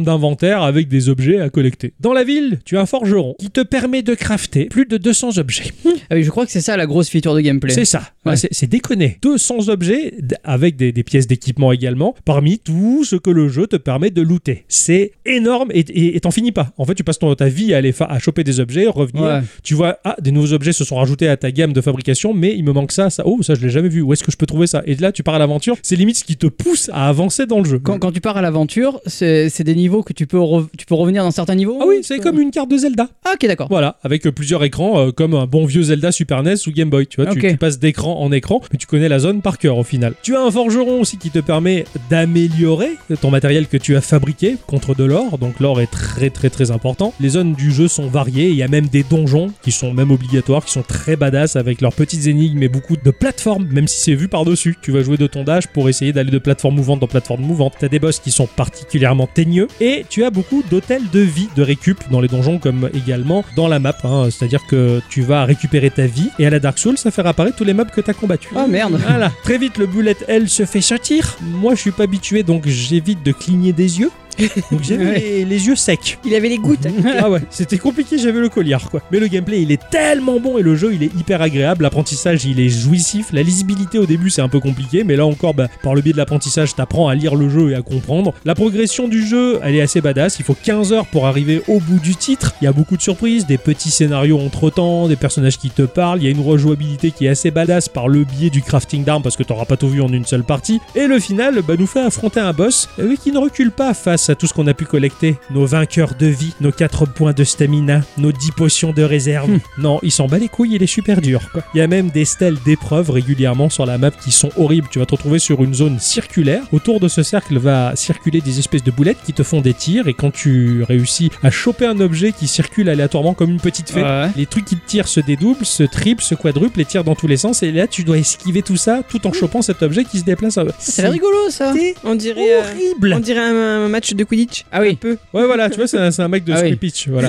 faire avec des objets à collecter. Dans la ville, tu as un forgeron qui te permet de crafter plus de deux cents objets. Ah oui, je crois que c'est ça la grosse feature de gameplay. C'est ça, Ouais. c'est, c'est déconné. deux cents objets d- avec des, des pièces d'équipement également, parmi tout ce que le jeu te permet de looter. C'est énorme et, et, et t'en finis pas. En fait, tu passes ton, ta vie à aller fa- à choper des objets, revenir. Ouais. Tu vois, ah, des nouveaux objets se sont rajoutés à ta gamme de fabrication, mais il me manque ça, ça. Oh, ça, je l'ai jamais vu. Où est-ce que je peux trouver ça? Et là, tu pars à l'aventure. C'est limite ce qui te pousse à avancer dans le jeu. Quand, quand tu pars à l'aventure, c'est, c'est des niveaux que tu peux, re- tu peux revenir dans certains niveaux. Ah oui, c'est comme une carte de Zelda. Ah, ok, d'accord. Voilà, avec euh, plusieurs écrans, euh, comme un bon vieux Zelda Super N E S ou Game Boy. Tu vois, tu, Ok. tu passes d'écran en écran, mais tu connais la zone par cœur au final. Tu as un forgeron aussi qui te permet d'améliorer ton matériel que tu as fabriqué contre de l'or. Donc l'or est très très très important. Les zones du jeu sont variées. Il y a même des donjons qui sont même obligatoires, qui sont très badass avec leurs petites énigmes et beaucoup de plateformes, même si c'est vu par-dessus. Tu vas jouer de ton dash pour essayer d'aller de plateforme mouvante en plateforme mouvante. Tu as des boss qui sont particulièrement teigneux et tu as beaucoup d'hôtels de vie, de récup dans les donjons comme également dans la map. Hein. C'est-à-dire que tu vas récupérer ta vie et à la Dark Souls, ça fait réapparaître tous les mobs que tu as combattus. Ah merde. Voilà. Très vite, le bullet hell se fait sentir. Moi, je suis pas habitué, donc j'évite de cligner des yeux. Donc j'avais Ouais. les, les yeux secs. Il avait les gouttes. Ah ouais, c'était compliqué, j'avais le colliard quoi. Mais le gameplay il est tellement bon et le jeu il est hyper agréable, l'apprentissage il est jouissif, la lisibilité au début c'est un peu compliqué, mais là encore bah, par le biais de l'apprentissage t'apprends à lire le jeu et à comprendre. La progression du jeu elle est assez badass, il faut quinze heures pour arriver au bout du titre, il y a beaucoup de surprises, des petits scénarios entre temps, des personnages qui te parlent, il y a une rejouabilité qui est assez badass par le biais du crafting d'armes parce que t'auras pas tout vu en une seule partie, et le final bah, nous fait affronter un boss euh, qui ne recule pas face à tout ce qu'on a pu collecter, nos vainqueurs de vie, nos quatre points de stamina, nos dix potions de réserve. Non, il s'en bat les couilles, il est super dur. Quoi. Il y a même des stèles d'épreuves régulièrement sur la map qui sont horribles. Tu vas te retrouver sur une zone circulaire. Autour de ce cercle va circuler des espèces de boulettes qui te font des tirs et quand tu réussis à choper un objet qui circule aléatoirement comme une petite fée, Ouais. les trucs qui te tirent se dédoublent, se triplent, se quadruplent et tirent dans tous les sens et là tu dois esquiver tout ça tout en chopant cet objet qui se déplace. C'est rigolo ça. C'est On dirait, euh, horrible. on dirait un, un match de Quidditch. Ah oui. Un peu. Ouais, voilà, tu vois, c'est un, c'est un mec de Ah oui. Scripitch, voilà.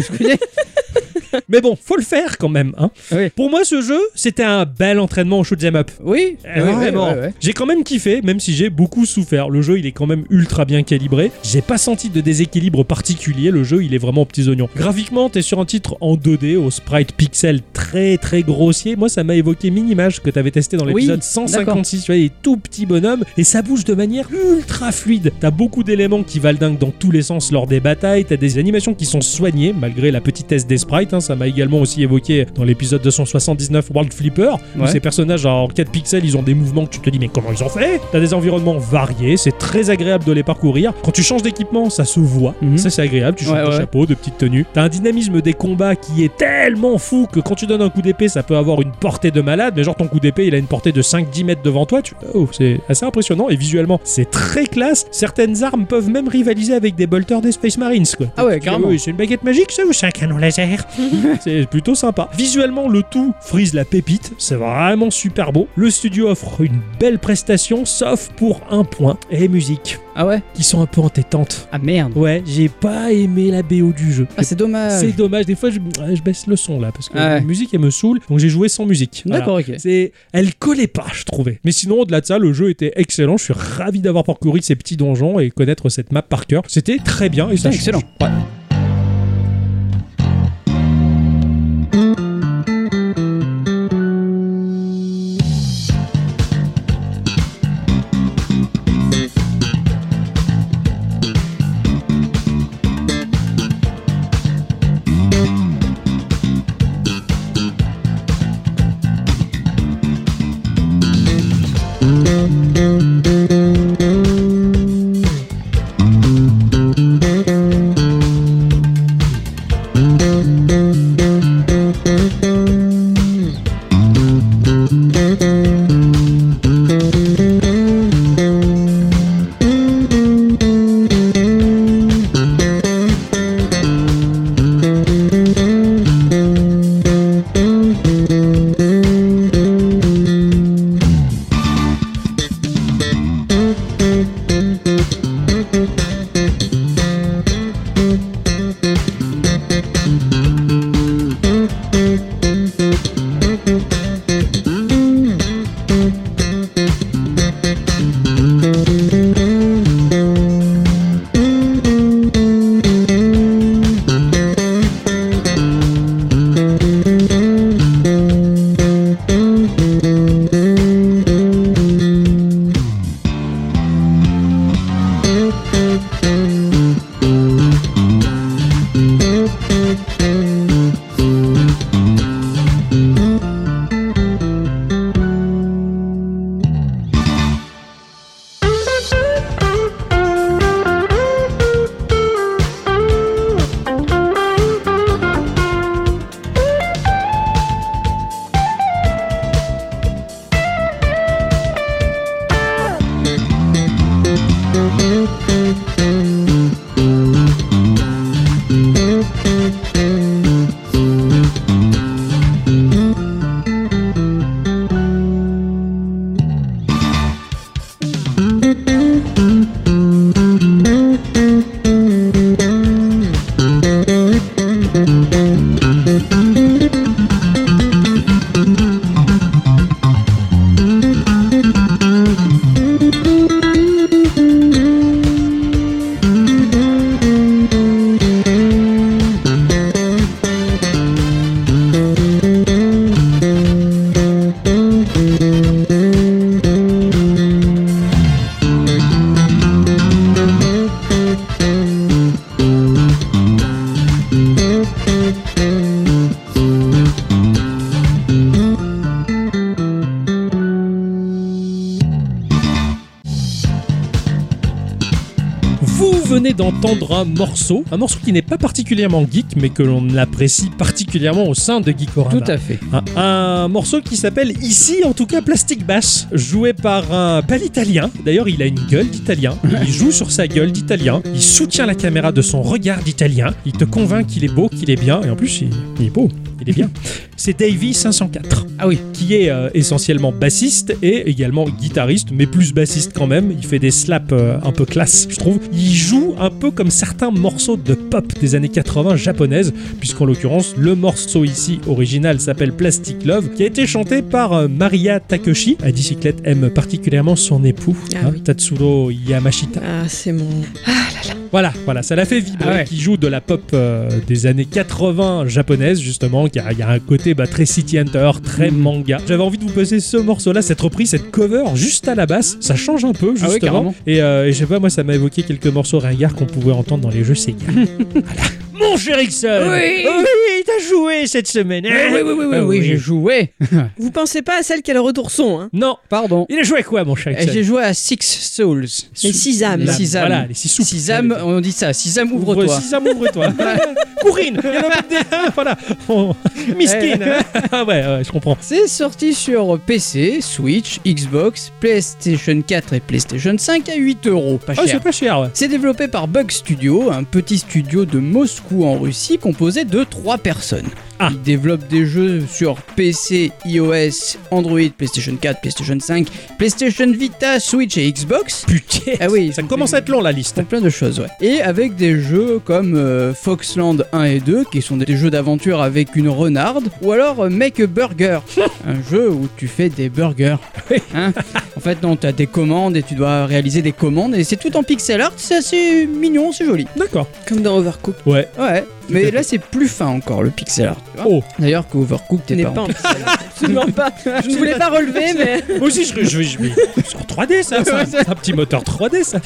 Mais bon, faut le faire quand même. Hein. Oui. Pour moi, ce jeu, c'était un bel entraînement au shoot 'em up. Oui. Eh, oui, oui, vraiment. ouais, ouais. J'ai quand même kiffé, même si j'ai beaucoup souffert. Le jeu, il est quand même ultra bien calibré. J'ai pas senti de déséquilibre particulier. Le jeu, il est vraiment aux petits oignons. Graphiquement, t'es sur un titre en deux D, au sprite pixel très très grossier. Moi, ça m'a évoqué Minimage que t'avais testé dans l'épisode Oui, cent cinquante-six. Tu vois, les tout petits bonhommes et ça bouge de manière ultra fluide. T'as beaucoup d'éléments qui valent dingue dans tous les sens lors des batailles. T'as des animations qui sont soignées malgré la petitesse des sprites. Hein. Ça m'a également aussi évoqué dans l'épisode deux cent soixante-dix-neuf World Flipper où Ouais. ces personnages en quatre pixels ils ont des mouvements que tu te dis mais comment ils ont fait. T'as des environnements variés, c'est très agréable de les parcourir. Quand tu changes d'équipement ça se voit, Mhm. ça c'est agréable, tu changes Ouais, de ouais. chapeau, de petites tenues. T'as un dynamisme des combats qui est tellement fou que quand tu donnes un coup d'épée ça peut avoir une portée de malade, mais genre ton coup d'épée il a une portée de cinq dix mètres devant toi, tu... oh, c'est assez impressionnant et visuellement c'est très classe. Certaines armes peuvent même rivaliser avec des bolters des Space Marines quoi. Ah ouais, Tu dis, carrément. oui, c'est une baguette magique ça ou c'est un canon laser? C'est plutôt sympa. Visuellement, le tout frise la pépite. C'est vraiment super beau. Le studio offre une belle prestation, sauf pour un point. Et musique, Ah ouais. qui sont un peu entêtantes. Ah merde. Ouais, j'ai pas aimé la B O du jeu. Ah c'est dommage. C'est dommage. Des fois, je, je baisse le son là parce que Ah ouais. la musique elle me saoule. Donc j'ai joué sans musique. Voilà. D'accord, ok. C'est, elle collait pas, je trouvais. Mais sinon, au-delà de ça, le jeu était excellent. Je suis ravi d'avoir parcouru ces petits donjons et connaître cette map par cœur. C'était très bien et ça Putain, excellent. change. Ouais. Vous venez d'entendre un morceau, un morceau qui n'est pas particulièrement geek, mais que l'on apprécie particulièrement au sein de Geekorama. Tout à fait. Un, un morceau qui s'appelle ici, en tout cas, Plastic Bass, joué par un bel italien. D'ailleurs, il a une gueule d'italien. Il joue sur sa gueule d'italien. Il soutient la caméra de son regard d'italien. Il te convainc qu'il est beau, qu'il est bien. Et en plus, il, il est beau. Il est bien. C'est Davey cinq cent quatre. Ah oui. Qui est euh, essentiellement bassiste et également guitariste, mais plus bassiste quand même. Il fait des slaps euh, un peu classe, je trouve. Il joue un peu comme certains morceaux de pop des années quatre-vingts japonaises, puisqu'en l'occurrence, le morceau ici original s'appelle Plastic Love, qui a été chanté par euh, Maria Takeshi. La bicyclette aime particulièrement son époux, Ah hein, oui. Tatsuro Yamashita. Ah, c'est mon... Voilà, voilà, ça l'a fait vibrer. Ah ouais. Qui joue de la pop euh, des années quatre-vingts japonaise, justement. Il y a, il y a un côté bah, très City Hunter, très manga. J'avais envie de vous passer ce morceau-là, cette reprise, cette cover, juste à la basse. Ça change un peu, Ah oui, justement. carrément. et, euh, et je sais pas, moi, ça m'a évoqué quelques morceaux ringards qu'on pouvait entendre dans les jeux Sega. Voilà. Mon cher Ixon, Oui. oui, t'as joué cette semaine. hein Oui, oui, oui, oui, Ah oui, j'ai joué. Vous pensez pas à celle qui a le retour son, hein? Non, Pardon. il a joué à quoi, mon cher Et Ixon? j'ai joué à Six Souls. Les six âmes. Les six âmes. Voilà, les six soupes. Six âmes, on dit ça. Six âmes, ouvre-toi. Sisam, ouvre-toi. Courine. Il y en a pas de- Voilà. Oh, Miskine. Ah ouais, ouais, je comprends. C'est sorti sur P C, Switch, Xbox, PlayStation quatre et PlayStation cinq à huit euros. Pas Ah, cher. c'est pas cher, ouais. C'est développé par Bug Studio, un petit studio de Moscou en Russie composé de trois personnes. Ah. Ils développent des jeux sur P C, iOS, Android, PlayStation quatre, PlayStation cinq, PlayStation Vita, Switch et Xbox. Putain. Ah oui, Ça ils commence font- à être long, la liste. Ils font plein de choses, ouais. Et avec des jeux comme euh, Foxland un et deux, qui sont des jeux d'aventure avec une renarde, ou alors euh, Make a Burger, un jeu où tu fais des burgers. Hein, en fait, non, tu as des commandes et tu dois réaliser des commandes, et c'est tout en pixel art, c'est assez mignon, c'est joli. D'accord. Comme dans Overcooked. Ouais. Ouais, mais là c'est plus fin encore le pixel art. tu vois. Oh. D'ailleurs, qu'Overcooked t'es N'est pas, pas en en pixel art. Absolument pas. Je ne voulais pas relever, mais... Moi aussi, je, je, je, je- c'est en trois D, ça. C'est un, c'est un petit moteur trois D, ça.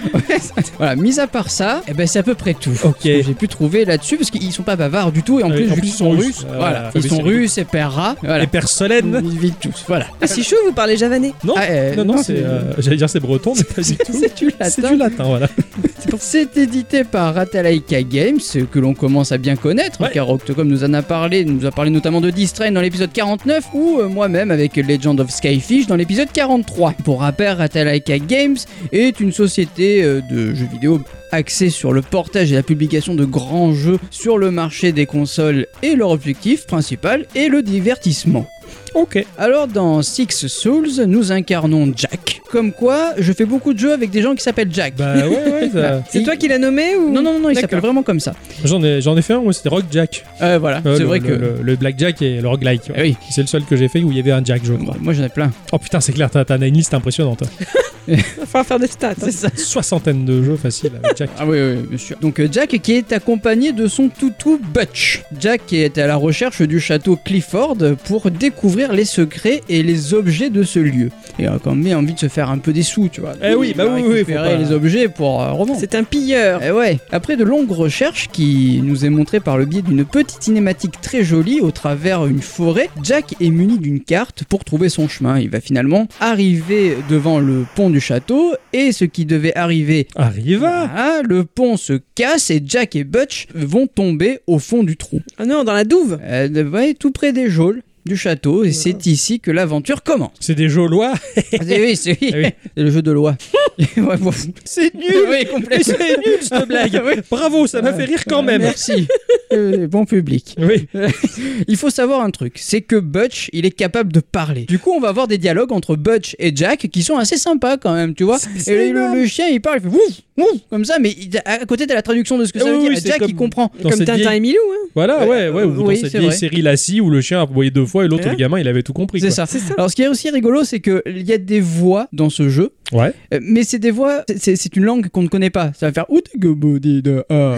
Voilà, mis à part ça, eh ben, c'est à peu près tout. Ok. Ce que j'ai pu trouver là-dessus, parce qu'ils sont pas bavards du tout, et en Euh, plus, en vu plus, qu'ils sont russes, Euh, voilà, faut ils sont baisser les russes et pères rats, voilà. Les pères Solène. Ils vivent tous, voilà. Ah, c'est chaud, vous parlez javanais. Non, Ah, euh, non, non, non, c'est. c'est- euh, J'allais dire c'est breton, mais pas du tout. C'est du C'est latin. du latin, voilà. C'est édité par Ratalaika Games, que l'on commence à bien connaître, Ouais. car Octocom nous en a parlé, nous a parlé notamment de Distrain dans l'épisode quarante-neuf, ou euh, moi-même avec Legend of Skyfish dans l'épisode quarante-trois. Pour rappel, Ratalaika Games est une société euh, de jeux vidéo axée sur le portage et la publication de grands jeux sur le marché des consoles, et leur objectif principal est le divertissement. Ok. Alors dans Six Souls, nous incarnons Jack. Comme quoi, je fais beaucoup de jeux avec des gens qui s'appellent Jack. Bah ouais, ouais. ça- C'est Il- toi qui l'as nommé ou... Non, non, non, non, il D'accord. s'appelle vraiment comme ça. J'en ai, j'en ai fait un, moi, c'était Rock Jack. Euh, voilà, Euh, c'est le, vrai le- que. Le, le Blackjack et le roguelike. ouais. Ah oui, C'est le seul que j'ai fait où il y avait un Jack, je crois. moi j'en ai plein. Oh putain, c'est clair, t'as t'as une liste impressionnante. Il va falloir faire des stats. hein. C'est ça. Soixantaine de jeux faciles avec Jack. Ah oui, oui, bien sûr. Donc euh, Jack qui est accompagné de son toutou Butch. Jack qui est à la recherche du château Clifford pour découvrir les secrets et les objets de ce lieu. Et a quand même envie de se faire un peu des sous, tu vois. Eh oui, Il bah va oui, oui, faut récupérer pas- les objets pour euh, revendre. C'est un pilleur. Eh ouais. Après de longues recherches qui nous est montrée par le biais d'une petite cinématique très jolie au travers une forêt, Jack est muni d'une carte pour trouver son chemin. Il va finalement arriver devant le pont du château et ce qui devait arriver, Arriva. voilà, le pont se casse et Jack et Butch vont tomber au fond du trou. Ah non, dans la douve. Euh, ouais, tout près des geôles du château et c'est ici que l'aventure commence. C'est des Jaulois. Ah, c'est- oui, c'est oui. Ah oui. C'est le jeu de loi. Ouais, bon. C'est nul. Oui, complètement. Mais c'est nul cette blague. Oui. Bravo, ça m'a fait rire quand même. Merci. Euh, bon public. Oui. Il faut savoir un truc, c'est que Butch, il est capable de parler. Du coup, on va avoir des dialogues entre Butch et Jack qui sont assez sympas quand même, tu vois. C'est Et le, énorme. le chien, il parle, il fait wouf, wouf, comme ça, mais il- à côté, t'as la traduction de ce que ça Oui, veut oui, dire. Et c'est Jack, comme- il comprend. Dans Comme cette Tintin vieille- et Milou. Hein. Voilà, ouais, ouais. Ou Oui, dans cette c'est vieille vrai. série Lassie où le chien a aboyé deux fois et l'autre, Hein le gamin, il avait tout compris. C'est quoi. ça. C'est ça. Alors, ce qui est aussi rigolo, c'est qu'il y a des voix dans ce jeu, Ouais. euh, mais c'est des voix, c'est- c'est c'est une langue qu'on ne connaît pas. Ça va faire Outgobodi de ah.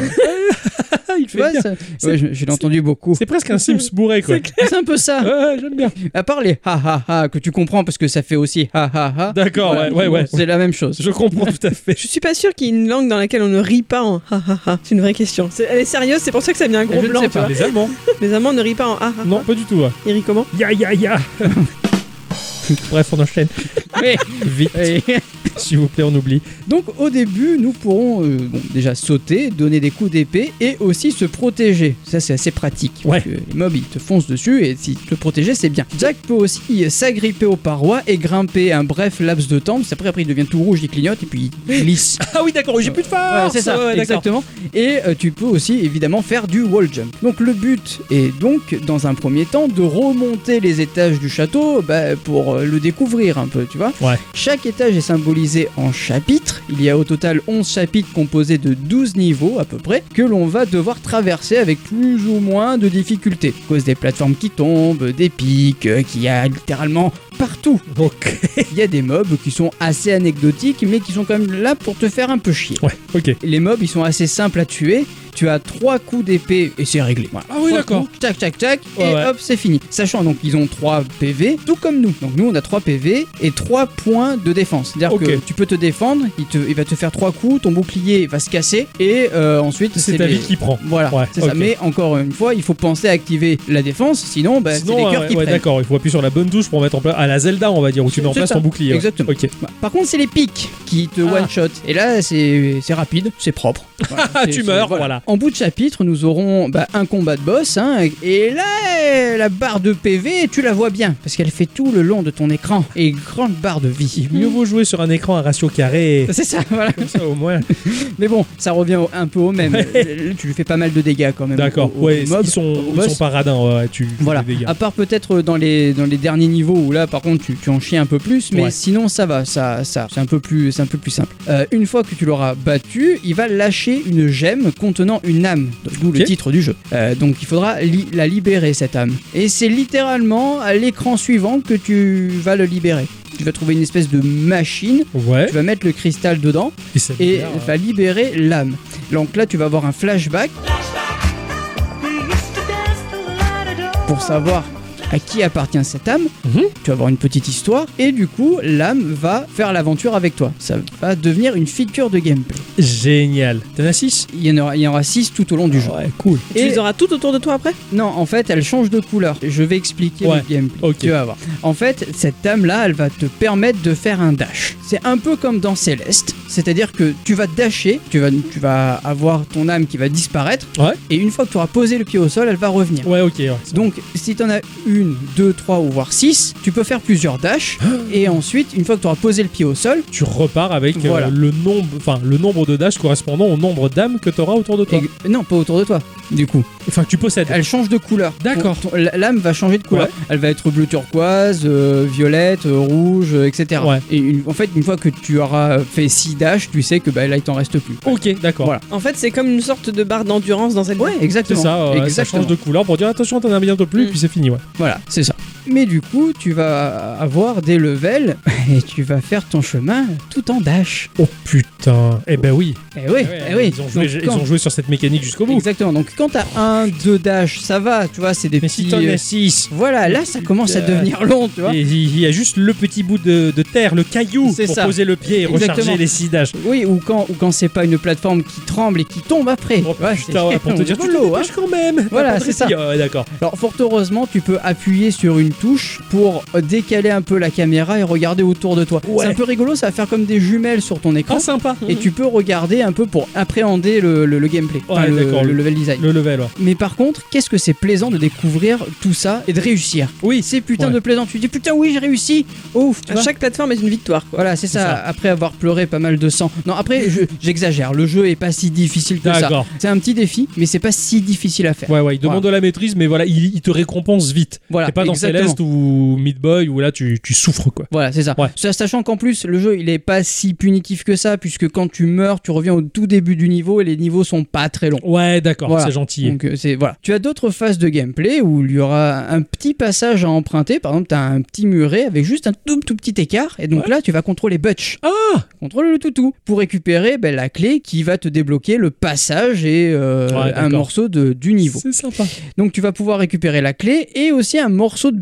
Il Tu fait vois, bien. ça- ouais, je, je l'ai entendu beaucoup. C'est presque un Sims bourré, quoi. C'est un peu ça. Ouais, ouais, j'aime bien. À part les ha ha ha que tu comprends parce que ça fait aussi ha ha ha. D'accord, Voilà. ouais, ouais, ouais. C'est la même chose. Je comprends tout à fait. Je suis pas sûr qu'il y ait une langue dans laquelle on ne rit pas en ha ha ha. C'est une vraie question. C'est- Elle est sérieuse, c'est pour ça que ça met un gros Je ne blanc. sais tu pas. vois. Les Allemands. Les Allemands ne rient pas en ha ha ha. Non, pas du tout. ouais. Ils rient comment? Ya, ya, ya. Bref, on enchaîne. Ouais. Vite, Et- s'il vous plaît, on oublie. Donc au début, nous pourrons euh, bon, déjà sauter, donner des coups d'épée et aussi se protéger. Ça c'est assez pratique. Ouais. Parce que les mobs ils te foncent dessus et si tu te protéger c'est bien. Jack peut aussi s'agripper aux parois et grimper un bref laps de temps. Après, après il devient tout rouge, il clignote et puis il glisse. Ah oui, d'accord, j'ai plus de force. Voilà, c'est ça, Ouais, d'accord. exactement. Et euh, tu peux aussi évidemment faire du wall jump. Donc le but est donc dans un premier temps de remonter les étages du château bah, pour euh, le découvrir un peu, tu vois. Ouais. Chaque étage est symbolisé en chapitres. Il y a au total onze chapitres composés de douze niveaux à peu près que l'on va devoir traverser avec plus ou moins de difficultés. À cause des plateformes qui tombent, des pics, euh, qu'il y a littéralement partout. Ok. Il y a des mobs qui sont assez anecdotiques mais qui sont quand même là pour te faire un peu chier. Ouais, ok. Les mobs ils sont assez simples à tuer. Tu as trois coups d'épée et c'est réglé. Voilà. Ah oui, Trois d'accord. coups, tac tac tac Ouais, et ouais. hop c'est fini. Sachant donc qu'ils ont trois P V, tout comme nous. Donc nous on a trois P V et trois points de défense. C'est-à-dire Ok. que tu peux te défendre, il, te, il va te faire trois coups, ton bouclier va se casser et euh, ensuite C'est ta les- vie qui prend. Voilà, Ouais, c'est ok. ça. Mais encore une fois, il faut penser à activer la défense, sinon bah, c'est Sinon, les ouais, cœurs qui ouais, prennent. d'accord, il faut appuyer sur la bonne touche pour mettre en place à la Zelda, on va dire, où tu mets en C'est place ça. ton bouclier. ouais. Exactement. Ok. Bah, Par contre, c'est les pics qui te Ah. one-shot. Et là, c'est c'est rapide, c'est propre. Voilà, Ah, c'est- tu c'est- meurs, voilà. En bout de chapitre, nous aurons bah, un combat de boss. Hein, et là, euh, la barre de P V, tu la vois bien. Parce qu'elle fait tout le long de ton écran. Et grande barre de vie. Mieux vaut jouer sur un écran à ratio carré. C'est ça, voilà. Comme ça, au moins. Mais bon, ça revient au- un peu au même. Ouais. Euh, Tu lui fais pas mal de dégâts quand même. D'accord, au- au- ouais, au mob, ils sont, au ils boss. sont pas radins, ouais, tu fais Voilà, des dégâts. à part peut-être dans les, dans les derniers niveaux où là par contre tu, tu en chies un peu plus, mais Ouais. sinon ça va, ça, ça c'est un peu plus, c'est un peu plus simple. Euh, une fois que tu l'auras battu, il va lâcher une gemme contenant une âme, d'où Ok. le titre du jeu. Euh, donc il faudra li- la libérer cette âme. Et c'est littéralement à l'écran suivant que tu vas le libérer. Tu vas trouver une espèce de machine, Ouais, tu vas mettre le cristal dedans et ça et libère, va libérer l'âme. Donc là tu vas avoir un flashback pour savoir à qui appartient cette âme. Mhm. Tu vas avoir une petite histoire et du coup l'âme va faire l'aventure avec toi. Ça va devenir une feature de gameplay. Génial. T'en as six? Il y en aura, il y en aura six tout au long du jeu. Ouais, cool. Tu Et les auras tout autour de toi après? non, en fait, elle change de couleur. Je vais expliquer Ouais, le gameplay. ok. Tu vas voir. En fait, cette âme là, elle va te permettre de faire un dash. C'est un peu comme dans Céleste, c'est-à-dire que tu vas dasher, tu vas, tu vas avoir ton âme qui va disparaître Ouais. et une fois que tu auras posé le pied au sol, elle va revenir. Ouais, ok. Ouais. Donc, si tu en as une, deux, trois ou voire six, tu peux faire plusieurs dashs et ensuite, une fois que tu auras posé le pied au sol, Tu repars avec euh, Voilà. le nombre, enfin le nombre de dash correspondant au nombre d'âmes que t'auras autour de toi. et- non, pas autour de toi, du coup. Enfin que tu possèdes. Elle change de couleur. D'accord. Ton- ton- L'âme va changer de couleur. Ouais. Elle va être bleu turquoise, euh, violette, euh, rouge, euh, et cetera. Ouais. Et une- en fait, une fois que tu auras fait six dashs, tu sais que bah, là, il t'en reste plus. Ok, d'accord. Voilà. En fait, c'est comme une sorte de barre d'endurance dans Zelda. Ouais, C'est exactement. ça, ouais, ça exactement. change de couleur pour dire attention, t'en as bientôt plus, Mm. puis c'est fini, ouais. Voilà, c'est ça. Mais du coup, tu vas avoir des levels et tu vas faire ton chemin tout en dash. Oh putain, eh ben oui. Eh oui, Ouais, eh oui. Ils ont, joué, Donc, ils quand- ont joué sur cette mécanique jusqu'au bout. Exactement. Donc quand t'as un, deux dash, ça va, tu vois, c'est des Mais si petits. t'en euh, as six, Voilà, là, ça commence à Putain. devenir long, tu vois. et il y a juste le petit bout de, de terre, le caillou, C'est pour ça. poser le pied et Exactement. recharger les six dash. Oui, ou quand, ou quand c'est pas une plateforme qui tremble et qui tombe après. Oh Ouais, putain, ouais, pour te dire, tu te rigolo, hein. dépêches quand même. Voilà, T'as pas de c'est ça. répit. Ouais, d'accord. Alors fort heureusement, tu peux appuyer sur une touche pour euh, décaler un peu la caméra et regarder autour de toi. Ouais. C'est un peu rigolo, ça va faire comme des jumelles sur ton écran. Ah, sympa. Et tu peux regarder un peu pour appréhender le, le- le gameplay, Ouais, le, d'accord. le level design. Le level, ouais. Mais par contre, qu'est-ce que c'est plaisant de découvrir tout ça et de réussir. Oui, C'est putain Ouais. de plaisant. Tu te dis putain oui j'ai réussi. Ouf. Tu À vois. chaque plateforme est une victoire, quoi. Voilà, c'est ça, ça. Après avoir pleuré pas mal de sang. Non, après, je- j'exagère. Le jeu est pas si difficile que ça. D'accord. C'est un petit défi, mais c'est pas si difficile à faire. Ouais, ouais, il demande Voilà. de la maîtrise, mais voilà, il, il te récompense vite. Voilà, C'est pas dans exactement. Céleste ou Meat Boy où là tu, tu souffres, quoi. Voilà, c'est ça. Ouais. Ça, Sachant qu'en plus, le jeu, il est pas si punitif que ça, puisque quand tu meurs, tu reviens au tout début du niveau et les niveaux sont pas très longs. Ouais, d'accord, Voilà. c'est gentil. Donc euh, c'est voilà. Tu as d'autres phases de gameplay où il y aura un petit passage à emprunter. Par exemple, tu as un petit muret avec juste un tout tout petit écart, et donc Ouais. là, tu vas contrôler Butch. Ah Contrôle le toutou pour récupérer ben, la clé qui va te débloquer le passage et euh, Ouais, un d'accord. morceau de, du niveau. C'est sympa. Donc tu vas pouvoir récupérer la clé et aussi un morceau de B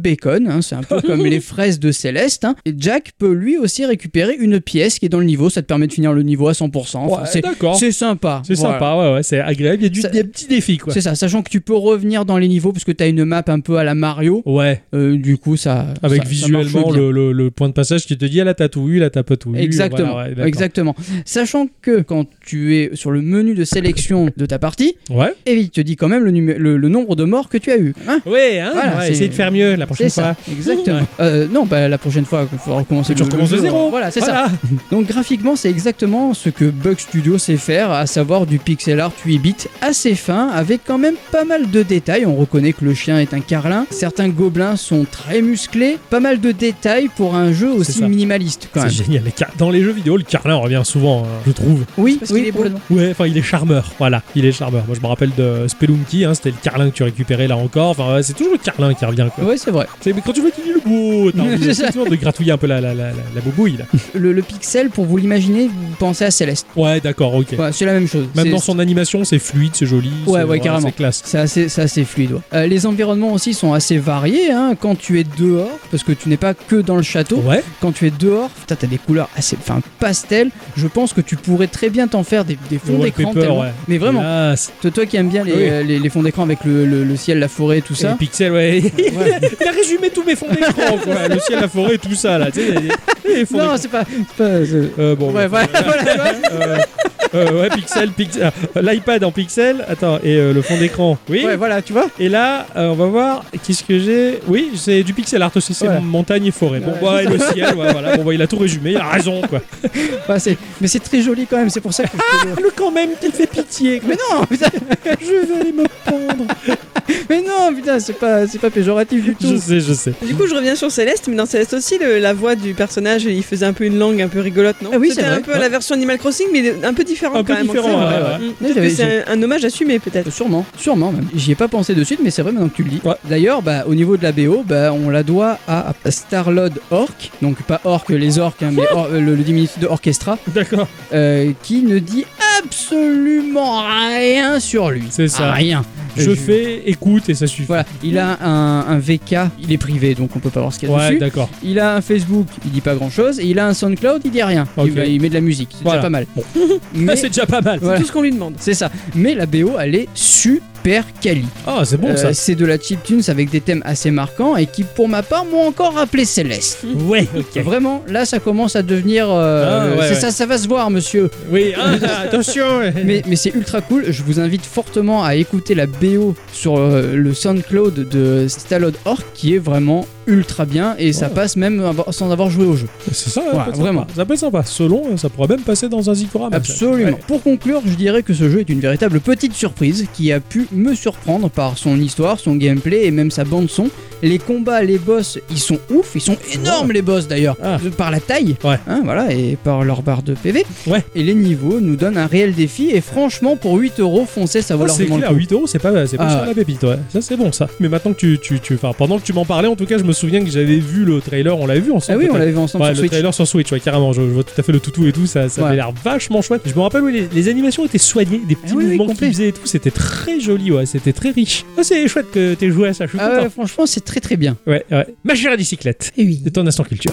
bacon, hein, c'est un peu comme les fraises de Céleste, hein, et Jack peut lui aussi récupérer une pièce qui est dans le niveau, ça te permet de finir le niveau à cent pour cent. Enfin, Ouais, c'est, d'accord. c'est sympa. C'est voilà. sympa, ouais, ouais, c'est agréable. Il y a du, Ça- il y a des petits défis, quoi. C'est ça, sachant que tu peux revenir dans les niveaux parce que tu as une map un peu à la Mario. Ouais. Euh, du coup, ça. Avec ça- ça visuellement marche bien. le, le, le point de passage qui te dit, ah là, t'as tout eu, là, t'as pas tout eu. Exactement, Voilà, ouais, d'accord. exactement. Sachant que quand tu es sur le menu de sélection de ta partie, Ouais. et il te dit quand même le, numé- le, le nombre de morts que tu as eu. Hein. Ouais, hein, Voilà, ouais, c'est- essayer de faire mieux la C'est prochaine ça, fois. exactement. Euh, non, bah, la prochaine fois, il faudra recommencer. Tu le- recommences le de jeu. zéro. Voilà, c'est Voilà. ça. Donc graphiquement, c'est exactement ce que Bug Studio sait faire, à savoir du pixel art huit bits assez fin, avec quand même pas mal de détails. On reconnaît que le chien est un carlin. Certains gobelins sont très musclés. Pas mal de détails pour un jeu aussi ça. minimaliste quand même. C'est génial. Les car- Dans les jeux vidéo, le carlin revient souvent, hein, je trouve. Oui, Parce oui, qu'il est beau. complètement. Ouais, enfin, il est charmeur. Voilà, il est charmeur. Moi, je me rappelle de Spelunky, hein, c'était le carlin que tu récupérais là encore. Enfin, ouais, c'est toujours le carlin qui revient, quoi. Ouais, c'est vrai. C'est- Mais quand tu vois qu'il est le beau, t'as envie C'est ça. effectivement de gratouiller un peu la, la, la, la, la boubouille, là. Le, le pixel, pour vous l'imaginer, vous pensez à Céleste. Ouais, d'accord, ok. Ouais, c'est la même chose. Même C'est- dans son animation, c'est fluide, c'est joli. Ouais, c'est- ouais, carrément. C'est classe. C'est assez, c'est assez fluide. Ouais. Euh, les environnements aussi sont assez variés hein, quand tu es dehors, parce que tu n'es pas que dans le château. Ouais. Quand tu es dehors, putain, t'as des couleurs assez, enfin, pastel. Je pense que tu pourrais très bien t'en faire des, des fonds Le d'écran. wallpaper, tellement- ouais. Mais vraiment, Là, c'est- toi, toi qui aimes bien les, Oui. euh, les, les fonds d'écran avec le, le- le ciel, la forêt, tout les ça. pixels, ouais. Ouais. Il a résumé tous mes fonds d'écran, quoi. Le ciel, la forêt, tout ça, là. Tu sais, les- les fonds Non, d'écran. c'est pas. c'est pas c'est- Euh, bon, Ouais, bah, voilà, voilà, voilà. euh, euh, ouais, pixel, pixel. euh, L'iPad en pixel. Attends, et euh, le fond d'écran. Oui. Ouais, voilà, tu vois. Et là, euh, on va voir. Qu'est-ce que j'ai. Oui, c'est du pixel art aussi. C'est Voilà. montagne et forêt. Bon, Ouais, bah, c'est et le ciel. Ouais, voilà. Bon, bah, il a tout résumé. Il a raison, quoi. Ouais, c'est- mais c'est très joli quand même, c'est pour ça que je te le- Le quand même qui fait pitié. Mais non, putain, Je vais aller me pendre. mais non, putain, c'est pas, c'est pas péjoratif du Je tout. sais, je sais. Du coup, je reviens sur Céleste, mais dans Céleste aussi, le- la voix du personnage, il faisait un peu une langue un peu rigolote, non Ah oui, C'était c'est un vrai. peu Ouais. la version Animal Crossing, mais un peu différent Un quand peu même. différent, c'est vrai. ouais, Mm. ouais. Peut-être j'avais- que c'est un, un hommage assumé, peut-être. Sûrement, sûrement même. J'y ai pas pensé de suite, mais c'est vrai maintenant que tu le dis. Ouais. D'ailleurs, bah, au niveau de la B O, bah, on la doit à Starlord Orc, donc pas Orc les orques, hein, mais or- euh, le, le diminutif de Orchestra, D'accord. euh, qui ne dit absolument rien sur lui. C'est ça. Rien. Je Euh, fais, écoute et ça suffit. Voilà, il a un, un V K, il est privé, donc on peut pas voir ce qu'il y a Ouais, dessus. d'accord. Il a un Facebook, il dit pas grand chose, et il a un SoundCloud, il dit rien. Ok. Il, bah, il met de la musique, c'est Voilà. déjà pas mal. Bon. Mais Ah, c'est déjà pas mal. Voilà. C'est tout ce qu'on lui demande. c'est ça. Mais la B O, elle est super quali. Ah, c'est bon Euh, ça. c'est de la chiptunes avec des thèmes assez marquants et qui, pour ma part, m'ont encore rappelé Céleste. Ouais, ok. Vraiment, là, ça commence à devenir. euh, Ah, ouais, c'est ouais. ça, ça va se voir, monsieur. Oui, ah, attention. Mais, mais c'est ultra cool. Je vous invite fortement à écouter la B O sur euh, le SoundCloud de Starlord Orc, qui est vraiment ultra bien et ça Ouais. passe même avoir- sans avoir joué au jeu. C'est ça, Ouais, ça peut être vraiment. sympa. Ça peut être sympa. Selon, ça pourrait même passer dans un Zikorama. Absolument. Ouais. Pour conclure, je dirais que ce jeu est une véritable petite surprise qui a pu me surprendre par son histoire, son gameplay et même sa bande son. Les combats, les boss, ils sont ouf, ils sont énormes Ouais. les boss d'ailleurs, Ah. de- par la taille, Ouais. hein, voilà, et par leur barre de P V. Ouais. Et les niveaux nous donnent un réel défi et franchement pour huit euros, foncez, ça vaut Ah, c'est largement le clair, coup. huit euros, c'est pas, c'est pas Ah, cher ouais. la pépite, ouais. Ça, c'est bon, ça. Mais maintenant que tu, tu, tu, enfin, pendant que tu m'en parlais, en tout cas, je me souviens que j'avais vu le trailer, on l'avait vu ensemble. Ah oui, on peut-être. l'avait vu ensemble Ouais, sur le Switch. trailer sur Switch, ouais, carrément. Je, je vois tout à fait le toutou et tout, ça, ça Ouais. avait l'air vachement chouette. Je me rappelle, oui, les, les animations étaient soignées, des petits Ah oui, oui, mouvements complet. qu'ils faisaient et tout, c'était très joli, ouais, c'était très riche. Ah, c'est chouette que t'aies joué à ça, je suis Ah content. ouais, franchement, c'est très très bien. Ouais, ouais. Ma chère bicyclette, Et oui. c'est ton instant culture.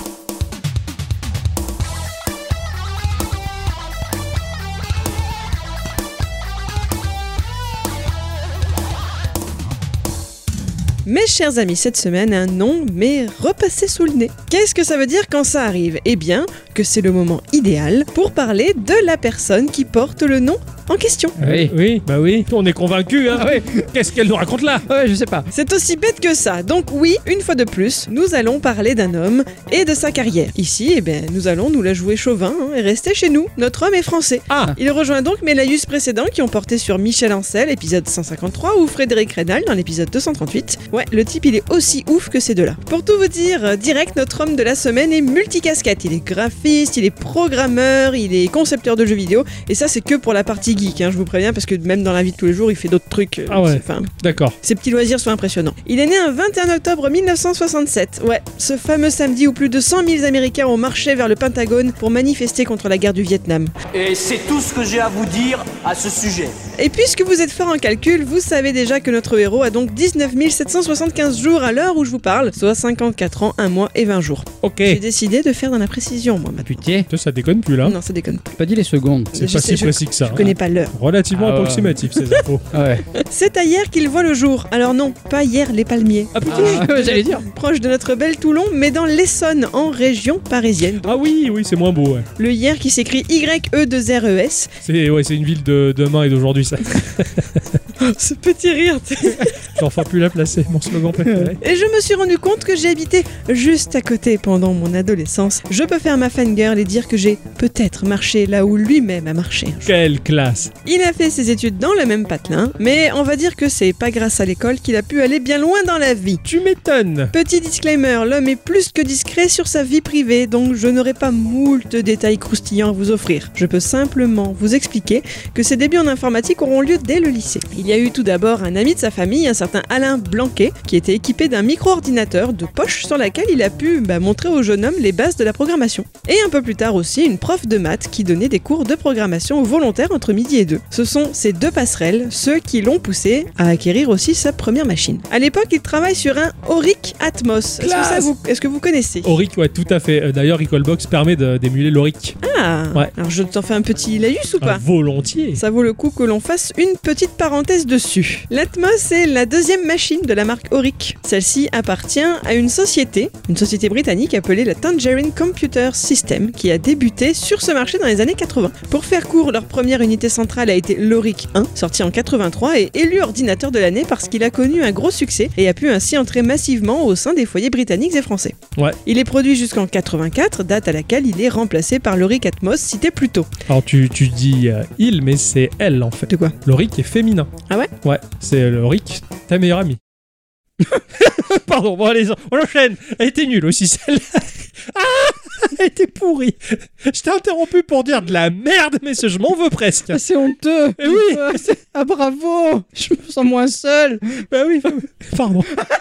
Mes chers amis, cette semaine, un nom m'est repassé sous le nez. Qu'est-ce que ça veut dire quand ça arrive ? Eh bien, que c'est le moment idéal pour parler de la personne qui porte le nom en question. Oui. oui, bah oui. On est convaincus, hein. Ah ouais. Qu'est-ce qu'elle nous raconte là ? Ouais, je sais pas. C'est aussi bête que ça. Donc oui, une fois de plus, nous allons parler d'un homme et de sa carrière. Ici, eh ben, nous allons nous la jouer chauvin hein, et rester chez nous. Notre homme est français. Ah, Il rejoint donc mes laïus précédents qui ont porté sur Michel Ancel, épisode cent cinquante-trois, ou Frédéric Rénal dans l'épisode deux cent trente-huit. Ouais, le type il est aussi ouf que ces deux-là. Pour tout vous dire, euh, direct, notre homme de la semaine est multicasquette. Il est graphiste, graphiste, il est programmeur, il est concepteur de jeux vidéo. Et ça, c'est que pour la partie geek, hein, je vous préviens, parce que même dans la vie de tous les jours, il fait d'autres trucs. euh, Ah ouais. c'est- enfin, D'accord. Ses petits loisirs sont impressionnants. Il est né un vingt et un octobre mille neuf cent soixante-sept. Ouais, ce fameux samedi où plus de cent mille Américains ont marché vers le Pentagone pour manifester contre la guerre du Vietnam. Et c'est tout ce que j'ai à vous dire à ce sujet. Et puisque vous êtes fort en calcul, vous savez déjà que notre héros a donc dix-neuf mille sept cent soixante-quinze jours à l'heure où je vous parle, soit cinquante-quatre ans, un mois et vingt jours. Ok. J'ai décidé de faire dans la précision, moi, maintenant. Putain, Ça, ça déconne plus là. Non, ça déconne plus. pas dit les secondes. C'est Je pas sais, si je- précis que ça. Je connais pas l'heure. Relativement Ah ouais. approximatif ces infos. Ah ouais. C'est à hier qu'il voit le jour. Alors non, pas hier les palmiers. Ah putain. Ah, ouais, j'allais dire. Proche de notre belle Toulon, mais dans l'Essonne, en région parisienne. Ah oui, oui, c'est moins beau. Ouais. Le hier qui s'écrit Y E deux R E S. C'est ouais, c'est une ville de demain et d'aujourd'hui ça. Ce petit rire. J'en ferai plus la placer, mon slogan préféré. Et je me suis rendu compte que j'ai habité juste à côté pendant mon adolescence. Je peux faire ma fangirl et dire que j'ai peut-être marché là où lui-même a marché. Quelle classe. Il a fait ses études dans le même patelin, mais on va dire que c'est pas grâce à l'école qu'il a pu aller bien loin dans la vie. Tu m'étonnes. Petit disclaimer, l'homme est plus que discret sur sa vie privée, donc je n'aurai pas moult détails croustillants à vous offrir. Je peux simplement vous expliquer que ses débuts en informatique auront lieu dès le lycée. Il y a eu tout d'abord un ami de sa famille, un certain Alain Blanquet, qui était équipé d'un micro-ordinateur de poche sur laquelle il a pu bah, montrer au jeune homme les bases de la programmation. Et un peu plus tard aussi, une prof de maths qui donnait des cours de programmation aux volontaires entre midi et deux. Ce sont ces deux passerelles, ceux qui l'ont poussé à acquérir aussi sa première machine. À l'époque, il travaille sur un Auric Atmos. Est-ce que, ça vous, est-ce que vous connaissez? Auric, ouais, tout à fait. Euh, D'ailleurs, Recallbox permet de- d'émuler l'Auric. Ah, Ouais. alors je t'en fais un petit laïus ou pas? Ah, volontiers. Ça vaut le coup que l'on fasse une petite parenthèse dessus. L'Atmos est la deuxième machine de la marque Auric. Celle-ci appartient à une société, une société britannique appelée la Tangerine Computer System, qui a débuté sur ce marché dans les années quatre-vingts. Pour faire court, leur première unité centrale a été l'Auric un, sorti en quatre-vingt-trois et élu ordinateur de l'année parce qu'il a connu un gros succès et a pu ainsi entrer massivement au sein des foyers britanniques et français. Ouais. Il est produit jusqu'en quatre-vingt-quatre, date à laquelle il est remplacé par l'Auric Atmos cité plus tôt. Alors tu, tu dis euh, il, mais c'est elle en fait. De quoi? L'Auric est féminin. Ah ouais? Ouais, c'est l'Auric, ta meilleure amie. Pardon, bon allez, on enchaîne. Elle était nulle aussi celle-là. Ah, elle était pourrie. Je t'ai interrompu pour dire de la merde, mais ce- je m'en veux presque. Ah, c'est honteux. Eh oui. Ah, c'est- Ah bravo. Je me sens moins seul. Bah oui, pardon.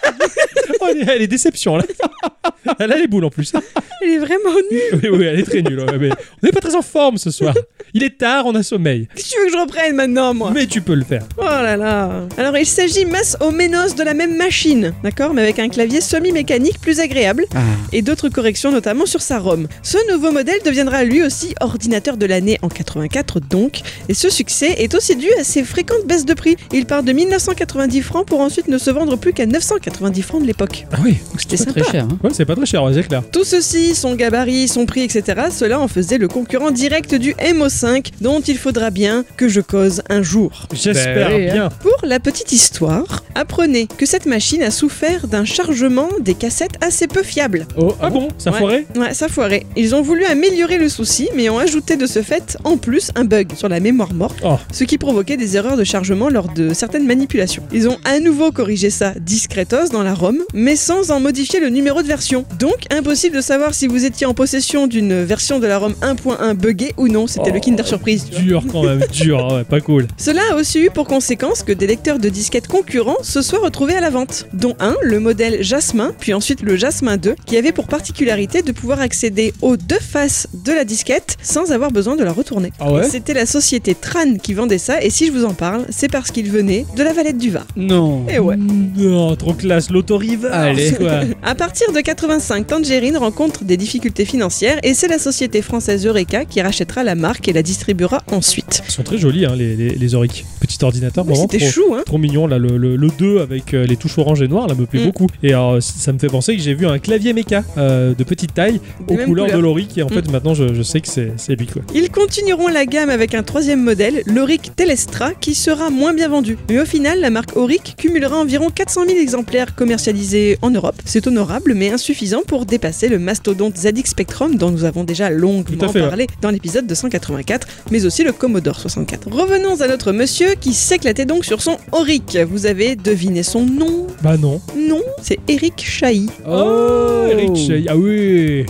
Oh, elle, est, elle est déception là. Elle a les boules en plus. Il est vraiment nul. Oui, oui, elle est très nulle. Ouais, mais on n'est pas très en forme ce soir. Il est tard, on a sommeil. Qu'est-ce que tu veux que je reprenne maintenant, moi? Mais tu peux le faire. Oh là là. Alors, il s'agit masse au ménos de la même machine, d'accord? Mais avec un clavier semi-mécanique plus agréable Ah. et d'autres corrections, notamment sur sa ROM. Ce nouveau modèle deviendra lui aussi ordinateur de l'année en quatre-vingt-quatre donc, et ce succès est aussi dû à ses fréquentes baisses de prix. Il part de mille neuf cent quatre-vingt-dix francs pour ensuite ne se vendre plus qu'à neuf cent quatre-vingt-dix francs de l'époque. Ah oui. Donc c'était Pas sympa. très cher. Hein. Ouais, c'est pas très cher, ouais, c'est clair. Tout ceci, son gabarit, son prix, et cetera, cela en faisait le concurrent direct du M O cinq, dont il faudra bien que je cause un jour. J'espère Ben oui, hein. bien. Pour la petite histoire, apprenez que cette machine a souffert d'un chargement des cassettes assez peu fiable. Oh, Ah bon, ça Ouais. foirait? Ouais, ça foirait. Ils ont voulu améliorer le souci, mais ont ajouté de ce fait, en plus, un bug sur la mémoire morte, Oh. ce qui provoquait des erreurs de chargement lors de certaines manipulations. Ils ont à nouveau corrigé ça discretos dans la ROM, mais sans en modifier le numéro de version. Donc, impossible de savoir si vous étiez en possession d'une version de la ROM un point un buggée ou non. C'était Oh. le Kinder Surprise. tu vois. Dur quand même, dur, ouais, pas cool. Cela a aussi eu pour conséquence que des lecteurs de disquettes concurrents se soient retrouvés à la vente, dont un, le modèle Jasmin, puis ensuite le Jasmin deux, qui avait pour particularité de pouvoir accéder aux deux faces de la disquette sans avoir besoin de la retourner. Ah ouais? C'était la société Tran qui vendait ça, et si je vous en parle, c'est parce qu'il venait de la Valette du Var. Non. Et ouais. Non, trop classe, l'autorive. Allez. quoi. À partir de quatre-vingt-cinq, Tangerine rencontre des difficultés financières et c'est la société française Eureka qui rachètera la marque et la distribuera ensuite. Ils sont très jolis, hein, les, les, les Auric. Petit ordinateur, Oui, vraiment c'était trop, chou, hein. trop mignon. Là, le, le, le deux avec euh, les touches orange et noires, là, me plaît Mm. beaucoup. Et alors, ça me fait penser que j'ai vu un clavier méca euh, de petite taille Des aux mêmes couleurs couleurs. de l'Auric. Et en Mm. fait, maintenant, je, je sais que c'est c'est lui, quoi. Ils continueront la gamme avec un troisième modèle, l'Auric Telestra, qui sera moins bien vendu. Mais au final, la marque Auric cumulera environ quatre cent mille exemplaires commercialisés en Europe. C'est honorable, mais insuffisant pour dépasser le mastodonte Z X Spectrum, dont nous avons déjà Tout longuement à fait, ouais. parlé dans l'épisode deux cent quatre-vingt-quatre, mais aussi le Commodore soixante-quatre. Revenons à notre monsieur qui s'éclatait donc sur son Auric. Vous avez deviné son nom? Bah non. Non, c'est Eric Chahi. Oh, Eric Chahi. Ah oui, euh, il vient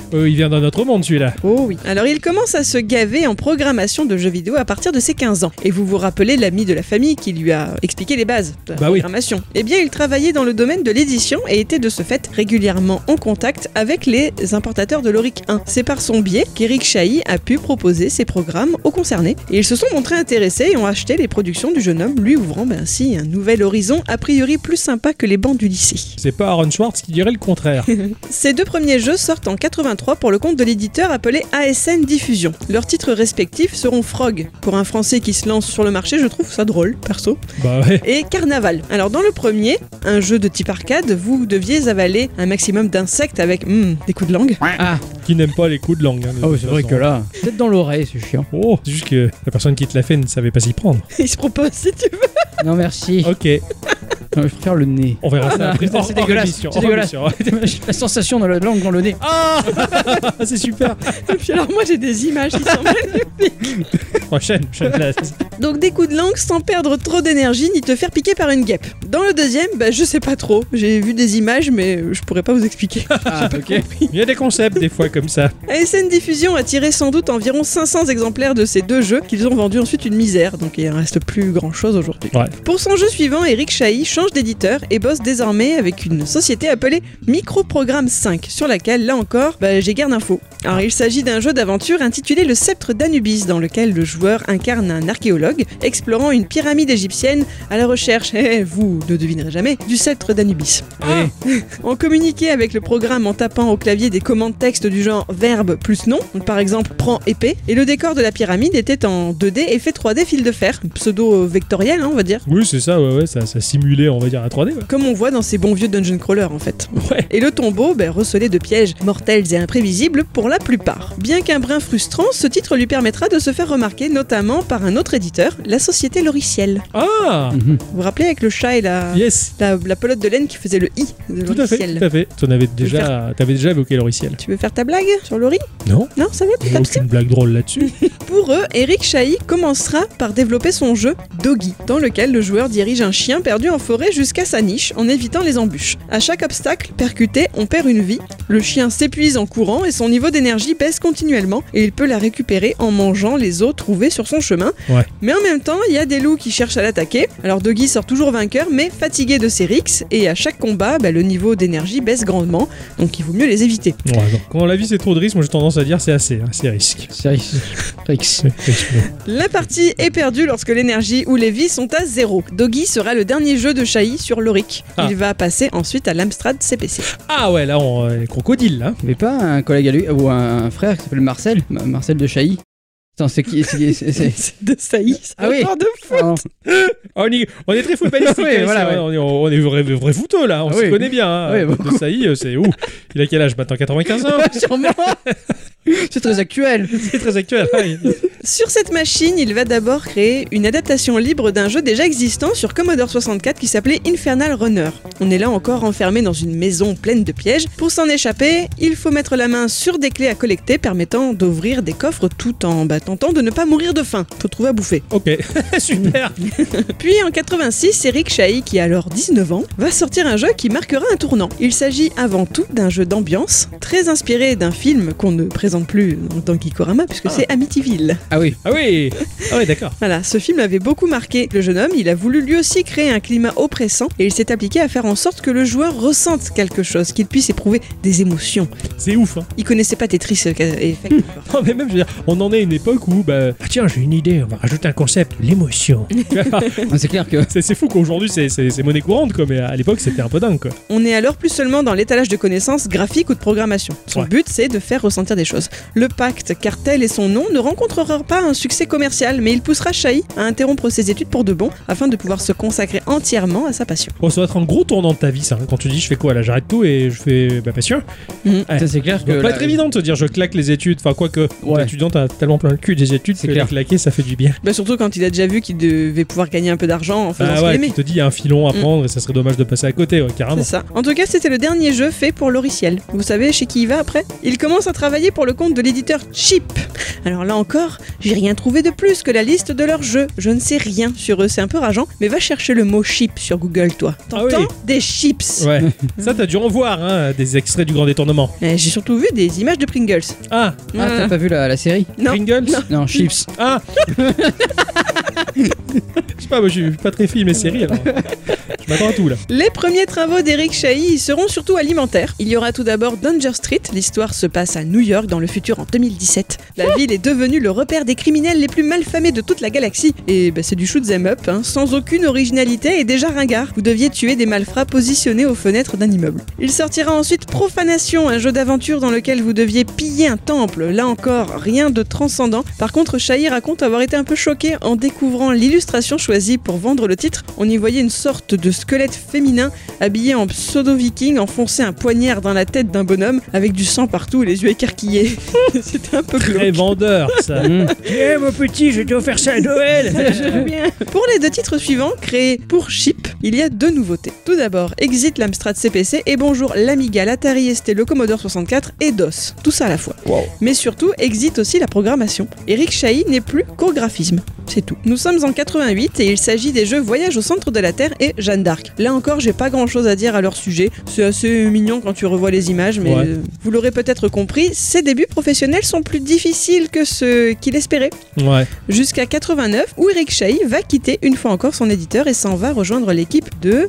vient d'un autre monde celui-là. Oh oui. Alors il commence à se gaver en programmation de jeux vidéo à partir de ses quinze ans. Et vous vous rappelez l'ami de la famille qui lui a expliqué les bases de la Bah oui. programmation. Eh bien il travaillait dans le domaine de l'édition et était de ce fait régulièrement en contact avec les importateurs de l'Oric un. C'est par son biais qu'Eric Chahi a pu proposer ses programmes aux concernés. Et ils se sont montrés intéressés et ont acheté les productions du jeune homme, lui ouvrant ben, ainsi un nouvel horizon a priori plus sympa que les bancs du lycée. C'est pas Aaron Schwartz qui dirait le contraire. Ces deux premiers jeux sortent en quatre-vingt-trois pour le compte de l'éditeur appelé A S N Diffusion. Leurs titres respectifs seront Frog, pour un français qui se lance sur le marché, je trouve ça drôle, perso, Bah ouais. et Carnaval. Alors dans le premier, un jeu de type arcade, vous deviez avaler un maximum d'insectes avec hmm, des coups de langue. Ah, Qui n'aime pas les coups de langue. Hein, de oh, toute c'est vrai façon. que là, peut-être dans l'oreille, c'est chiant. Oh, c'est juste que la personne qui te l'a fait ne savait pas s'y prendre. Il se propose si tu veux. Non, merci. Ok, Non, je préfère le nez. on verra ça Ah, après. c'est hors- hors dégueulasse, émission, c'est hors dégueulasse. émission. J'ai la sensation dans la langue, dans le nez. Ah, c'est super. Et puis alors moi j'ai des images qui sont magnifiques. Prochaine, prochaine place. Donc des coups de langue sans perdre trop d'énergie ni te faire piquer par une guêpe. Dans le deuxième, bah je sais pas trop. J'ai vu des images mais je pourrais pas vous expliquer. Ah, ok. Il y a des concepts des fois comme ça. A S N Diffusion a tiré sans doute environ cinq cents exemplaires de ces deux jeux qu'ils ont vendus ensuite une misère, donc il en reste plus grand chose aujourd'hui. Ouais. Pour son jeu suivant, Eric Chahi change d'éditeur et bosse désormais avec une société appelée Microprogramme cinq, sur laquelle, là encore, bah, j'ai guère d'infos. Alors il s'agit d'un jeu d'aventure intitulé Le Sceptre d'Anubis, dans lequel le joueur incarne un archéologue explorant une pyramide égyptienne à la recherche, eh, vous ne devinerez jamais, du Sceptre d'Anubis. Oui. On communiquait avec le programme en tapant au clavier des commandes texte du genre verbe plus nom, donc par exemple prends épée, et le décor de la pyramide était en deux D effet trois D fil de fer, pseudo-vectoriel hein, on va dire, Oui, c'est ça, ouais, ouais, ça, ça simulait, on va dire, un trois D. Ouais. comme on voit dans ces bons vieux dungeon crawlers en fait. Ouais. Et le tombeau, ben, recelé de pièges mortels et imprévisibles pour la plupart. Bien qu'un brin frustrant, ce titre lui permettra de se faire remarquer notamment par un autre éditeur, la société Loriciel. Ah, Mhm. Vous vous rappelez avec le chat et la, yes. la, la pelote de laine qui faisait le i de Tout à fait, Loriciel. tout à fait. Tu en avais déjà, t'avais déjà évoqué Loriciel. Tu veux faire ta blague sur Lori? Non, Non, ça va, tu j'ai t'abstiens? aucune blague drôle là-dessus. Pour eux, Eric Chahi commencera par développer son jeu Doggy, dans lequel le joueur dirige un chien perdu en forêt jusqu'à sa niche en évitant les embûches. À chaque obstacle percuté, on perd une vie. Le chien s'épuise en courant et son niveau d'énergie baisse continuellement et il peut la récupérer en mangeant les os trouvés sur son chemin. Ouais. Mais en même temps, il y a des loups qui cherchent à l'attaquer. Alors Doggy sort toujours vainqueur mais fatigué de ses rixes et à chaque combat, bah, le niveau d'énergie baisse grandement, donc il vaut mieux les éviter. Ouais, donc, quand la vie c'est trop de risques, moi j'ai tendance à dire c'est assez, hein, c'est risque. C'est Rix. Rix. La partie est perdue lorsque l'énergie ou les vies sont à zéro. Doggy sera le dernier jeu de Chahi sur l'Oric. Ah. Il va passer ensuite à l'Amstrad C P C. Ah ouais, là on euh, les crocodiles là. Il n'y avait pas un collègue à lui, ou un, un frère qui s'appelle Marcel, Ma- Marcel de Chailly. Attends, c'est qui c'est, c'est, c'est- C'est de Saï, c'est Ah oui. encore de fou. Pardon. On est, on est très footballistique. Oui, hein, voilà, ici, ouais. on est, on est vrai, vrai footeux là, on Ah se oui. connaît bien. Hein. Oui, De beaucoup. Saï, c'est où? Il a quel âge maintenant? quatre-vingt-quinze ans. Sûrement. C'est très actuel. C'est très actuel. Ouais. Sur cette machine, il va d'abord créer une adaptation libre d'un jeu déjà existant sur Commodore soixante-quatre qui s'appelait Infernal Runner. On est là encore enfermé dans une maison pleine de pièges. Pour s'en échapper, il faut mettre la main sur des clés à collecter permettant d'ouvrir des coffres tout en bah, tentant de ne pas mourir de faim. Faut trouver à bouffer. Ok, super. Puis en quatre-vingt-six, Eric Chahi, qui a alors dix-neuf ans, va sortir un jeu qui marquera un tournant. Il s'agit avant tout d'un jeu d'ambiance, très inspiré d'un film qu'on ne présente plus dans Geekorama puisque c'est Amityville. Ah oui. Ah oui, ah oui, d'accord. Voilà, ce film avait beaucoup marqué le jeune homme, il a voulu lui aussi créer un climat oppressant et il s'est appliqué à faire en sorte que le joueur ressente quelque chose, qu'il puisse éprouver des émotions. C'est ouf. Hein. Il connaissait pas Tetris euh, et Effect. Non mais même, je veux dire, on en est à une époque où, bah, ah tiens, j'ai une idée, on va rajouter un concept, l'émotion. Ah, c'est clair que. c'est, c'est fou qu'aujourd'hui c'est, c'est, c'est monnaie courante, quoi, mais à l'époque c'était un peu dingue, quoi. On est alors plus seulement dans l'étalage de connaissances graphiques ou de programmation. Son Ouais. but, c'est de faire ressentir des choses. Le pacte, car tel est son nom, ne rencontrera pas un succès commercial, mais il poussera Chahi à interrompre ses études pour de bon, afin de pouvoir se consacrer entièrement à sa passion. Bon, ça va être un gros tournant de ta vie, ça. Hein, quand tu dis, je fais quoi là? J'arrête tout et je fais ma passion. Mhm. Ouais. Ça, c'est clair Ça que. doit pas la- être évident de te dire, je claque les études. Enfin, quoique, Ouais. l'étudiant, t'as tellement plein le cul des études, C'est que clair. les claquer, ça fait du bien. Bah surtout quand il a déjà vu qu'il devait pouvoir gagner un peu d'argent en faisant Ah ce qu'il ouais, aimait. tu te dis, il y a un filon à prendre et ça serait dommage de passer à côté, ouais, carrément. C'est ça. En tout cas, c'était le dernier jeu fait pour Loriciel. Vous savez chez qui il va après? Il commence à travailler pour le compte de l'éditeur Chip. Alors là encore, j'ai rien trouvé de plus que la liste de leurs jeux. Je ne sais rien sur eux, c'est un peu rageant, mais va chercher le mot chip sur Google, toi. T'entends? Ah oui. Des chips. Ouais, ça t'as dû en voir, hein, des extraits du Grand Détournement. Eh, j'ai surtout vu des images de Pringles. Ah, Ah, t'as pas vu la, la série? Non. Pringles Non. Non, Chips. Ah Je sais pas, moi je suis pas très film et série, alors je m'attends à tout là. Les premiers travaux d'Eric Chahi seront surtout alimentaires. Il y aura tout d'abord Danger Street. L'histoire se passe à New York dans le futur en deux mille dix-sept. La ville est devenue le repère des criminels les plus malfamés de toute la galaxie. Et bah, c'est du shoot 'em up, hein, sans aucune originalité et déjà ringard. Vous deviez tuer des malfrats positionnés aux fenêtres d'un immeuble. Il sortira ensuite Profanation, un jeu d'aventure dans lequel vous deviez piller un temple. Là encore, rien de transcendant. Par contre, Chahi raconte avoir été un peu choqué en découvrant l'illustration choisie pour vendre le titre. On y voyait une sorte de squelette féminin habillé en pseudo-viking enfoncer un poignard dans la tête d'un bonhomme avec du sang partout et les yeux écarquillés. C'était un peu Très glauque. vendeur ça. Mmh. Eh mon petit, je t'ai offert ça à Noël. J'aime bien. Pour les deux titres suivants, créés pour Chip, il y a deux nouveautés. Tout d'abord, Exit l'Amstrad C P C et bonjour l'Amiga, l'Atari S T, le Commodore soixante-quatre et DOS. Tout ça à la fois. Mais surtout, Exit aussi la programmation. Eric Chahi n'est plus qu'au graphisme. C'est tout. Nous sommes en quatre-vingt-huit et il s'agit des jeux Voyage au centre de la Terre et Jeanne d'Arc. Là encore, j'ai pas grand chose à dire à leur sujet. C'est assez mignon quand tu revois les images, mais Ouais. euh, vous l'aurez peut-être compris, ses débuts professionnels sont plus difficiles que ce qu'il espérait. Ouais. Jusqu'à quatre-vingt-neuf, où Eric Chahi va quitter une fois encore son éditeur et s'en va rejoindre l'équipe de...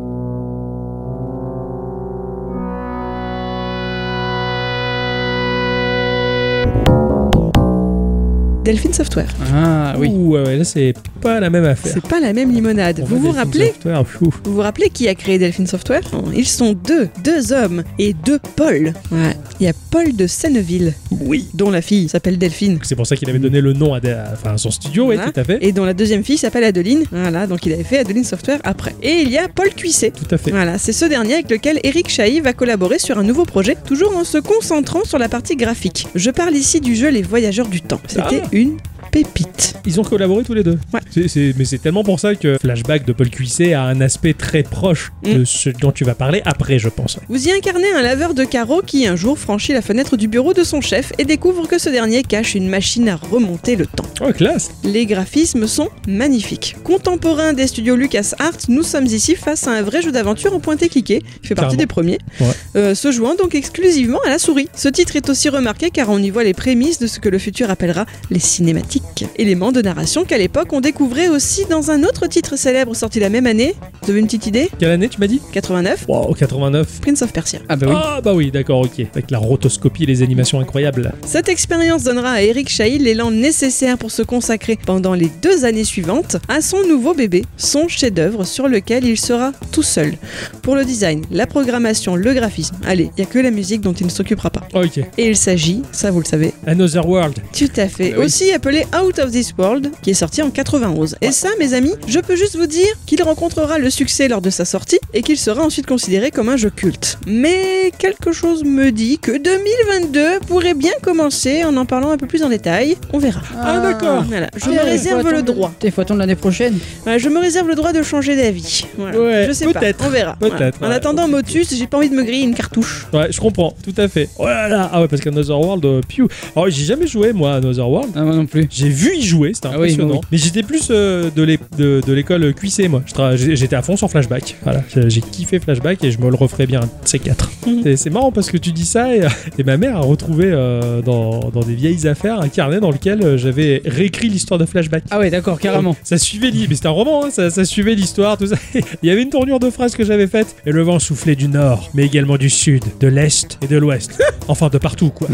Delphine Software. Ah oui. Ouh, ouais, ouais, là c'est pas la même affaire. C'est pas la même limonade. On Vous va vous Delphine rappelez Software, pfou. Vous vous rappelez qui a créé Delphine Software? Ils sont deux, deux hommes et deux Paul. Ouais. Il y a Paul de Senneville, oui, dont la fille s'appelle Delphine. C'est pour ça qu'il avait donné le nom à, des- à- enfin, à son studio, oui, Voilà. tout à fait. Et dont la deuxième fille s'appelle Adeline. Voilà, donc il avait fait Adeline Software après. Et il y a Paul Cuisset. Tout à fait. Voilà, c'est ce dernier avec lequel Eric Chahi va collaborer sur un nouveau projet, toujours en se concentrant sur la partie graphique. Je parle ici du jeu Les Voyageurs du Temps. C'était Ah. une pépite. Ils ont collaboré tous les deux. Ouais. C'est- c'est- mais c'est tellement pour ça que Flashback de Paul Cuisset a un aspect très proche de Mm. ce dont tu vas parler après, je pense. Vous y incarnez un laveur de carreaux qui un jour franchit la fenêtre du bureau de son chef et découvre que ce dernier cache une machine à remonter le temps. Oh, classe. Les graphismes sont magnifiques. Contemporain des studios LucasArts, nous sommes ici face à un vrai jeu d'aventure en pointé-cliqué. Il fait partie Carrément. des premiers. Ouais. Euh, se jouant donc exclusivement à la souris. Ce titre est aussi remarqué car on y voit les prémices de ce que le futur appellera les cinématiques. Éléments de narration qu'à l'époque on découvrait aussi dans un autre titre célèbre sorti la même année. Vous avez une petite idée? Quelle année tu m'as dit? quatre-vingt-neuf, Wow, quatre-vingt-neuf. Prince of Persia. Ah bah oui. Ah bah oui, d'accord, ok. Avec la rotoscopie et les animations incroyables. Cette expérience donnera à Eric Chahi l'élan nécessaire pour se consacrer pendant les deux années suivantes à son nouveau bébé, son chef-d'œuvre sur lequel il sera tout seul. Pour le design, la programmation, le graphisme, allez, il n'y a que la musique dont il ne s'occupera pas. Ok. Et il s'agit, ça vous le savez, Another World. tout à fait, Bah oui. aussi appelé Out of This World, qui est sorti en quatre-vingt-onze. Et ça, mes amis, je peux juste vous dire qu'il rencontrera le succès lors de sa sortie et qu'il sera ensuite considéré comme un jeu culte. Mais quelque chose me dit que deux mille vingt-deux pourrait bien commencer en en parlant un peu plus en détail. On verra. Ah, d'accord. Voilà, je Ah, me il faut réserve le attendre- droit. Il faut attendre l'année prochaine. Voilà, je me réserve le droit de changer d'avis. Voilà. Ouais, je sais pas, peut-être. on verra. Peut-être, Voilà. En ouais. attendant Motus, j'ai pas envie de me griller une cartouche. Ouais, je comprends, tout à fait. Oh là là. Ah ouais, parce qu'Another World, euh, piou. Alors, j'ai jamais joué, moi, à Another World. Ah, moi non plus. J'ai vu y jouer, c'était Ah oui, impressionnant. oui. Mais j'étais plus euh, de l'é- de- de l'école Cuisset, moi. Je tra- j'ai- J'étais à fond sur Flashback. Voilà, j'ai j'ai kiffé Flashback et je me le referai bien, ces quatre. Et c'est marrant parce que tu dis ça et, et ma mère a retrouvé euh, dans, dans des vieilles affaires un carnet dans lequel euh, j'avais réécrit l'histoire de Flashback. Ah ouais, d'accord, carrément. Ça suivait l'hi- mais c'était un roman, hein, ça, ça suivait l'histoire, tout ça. Il y avait une tournure de phrase que j'avais faite. Et le vent soufflait du nord, mais également du sud, de l'est et de l'ouest. Enfin, de partout, quoi.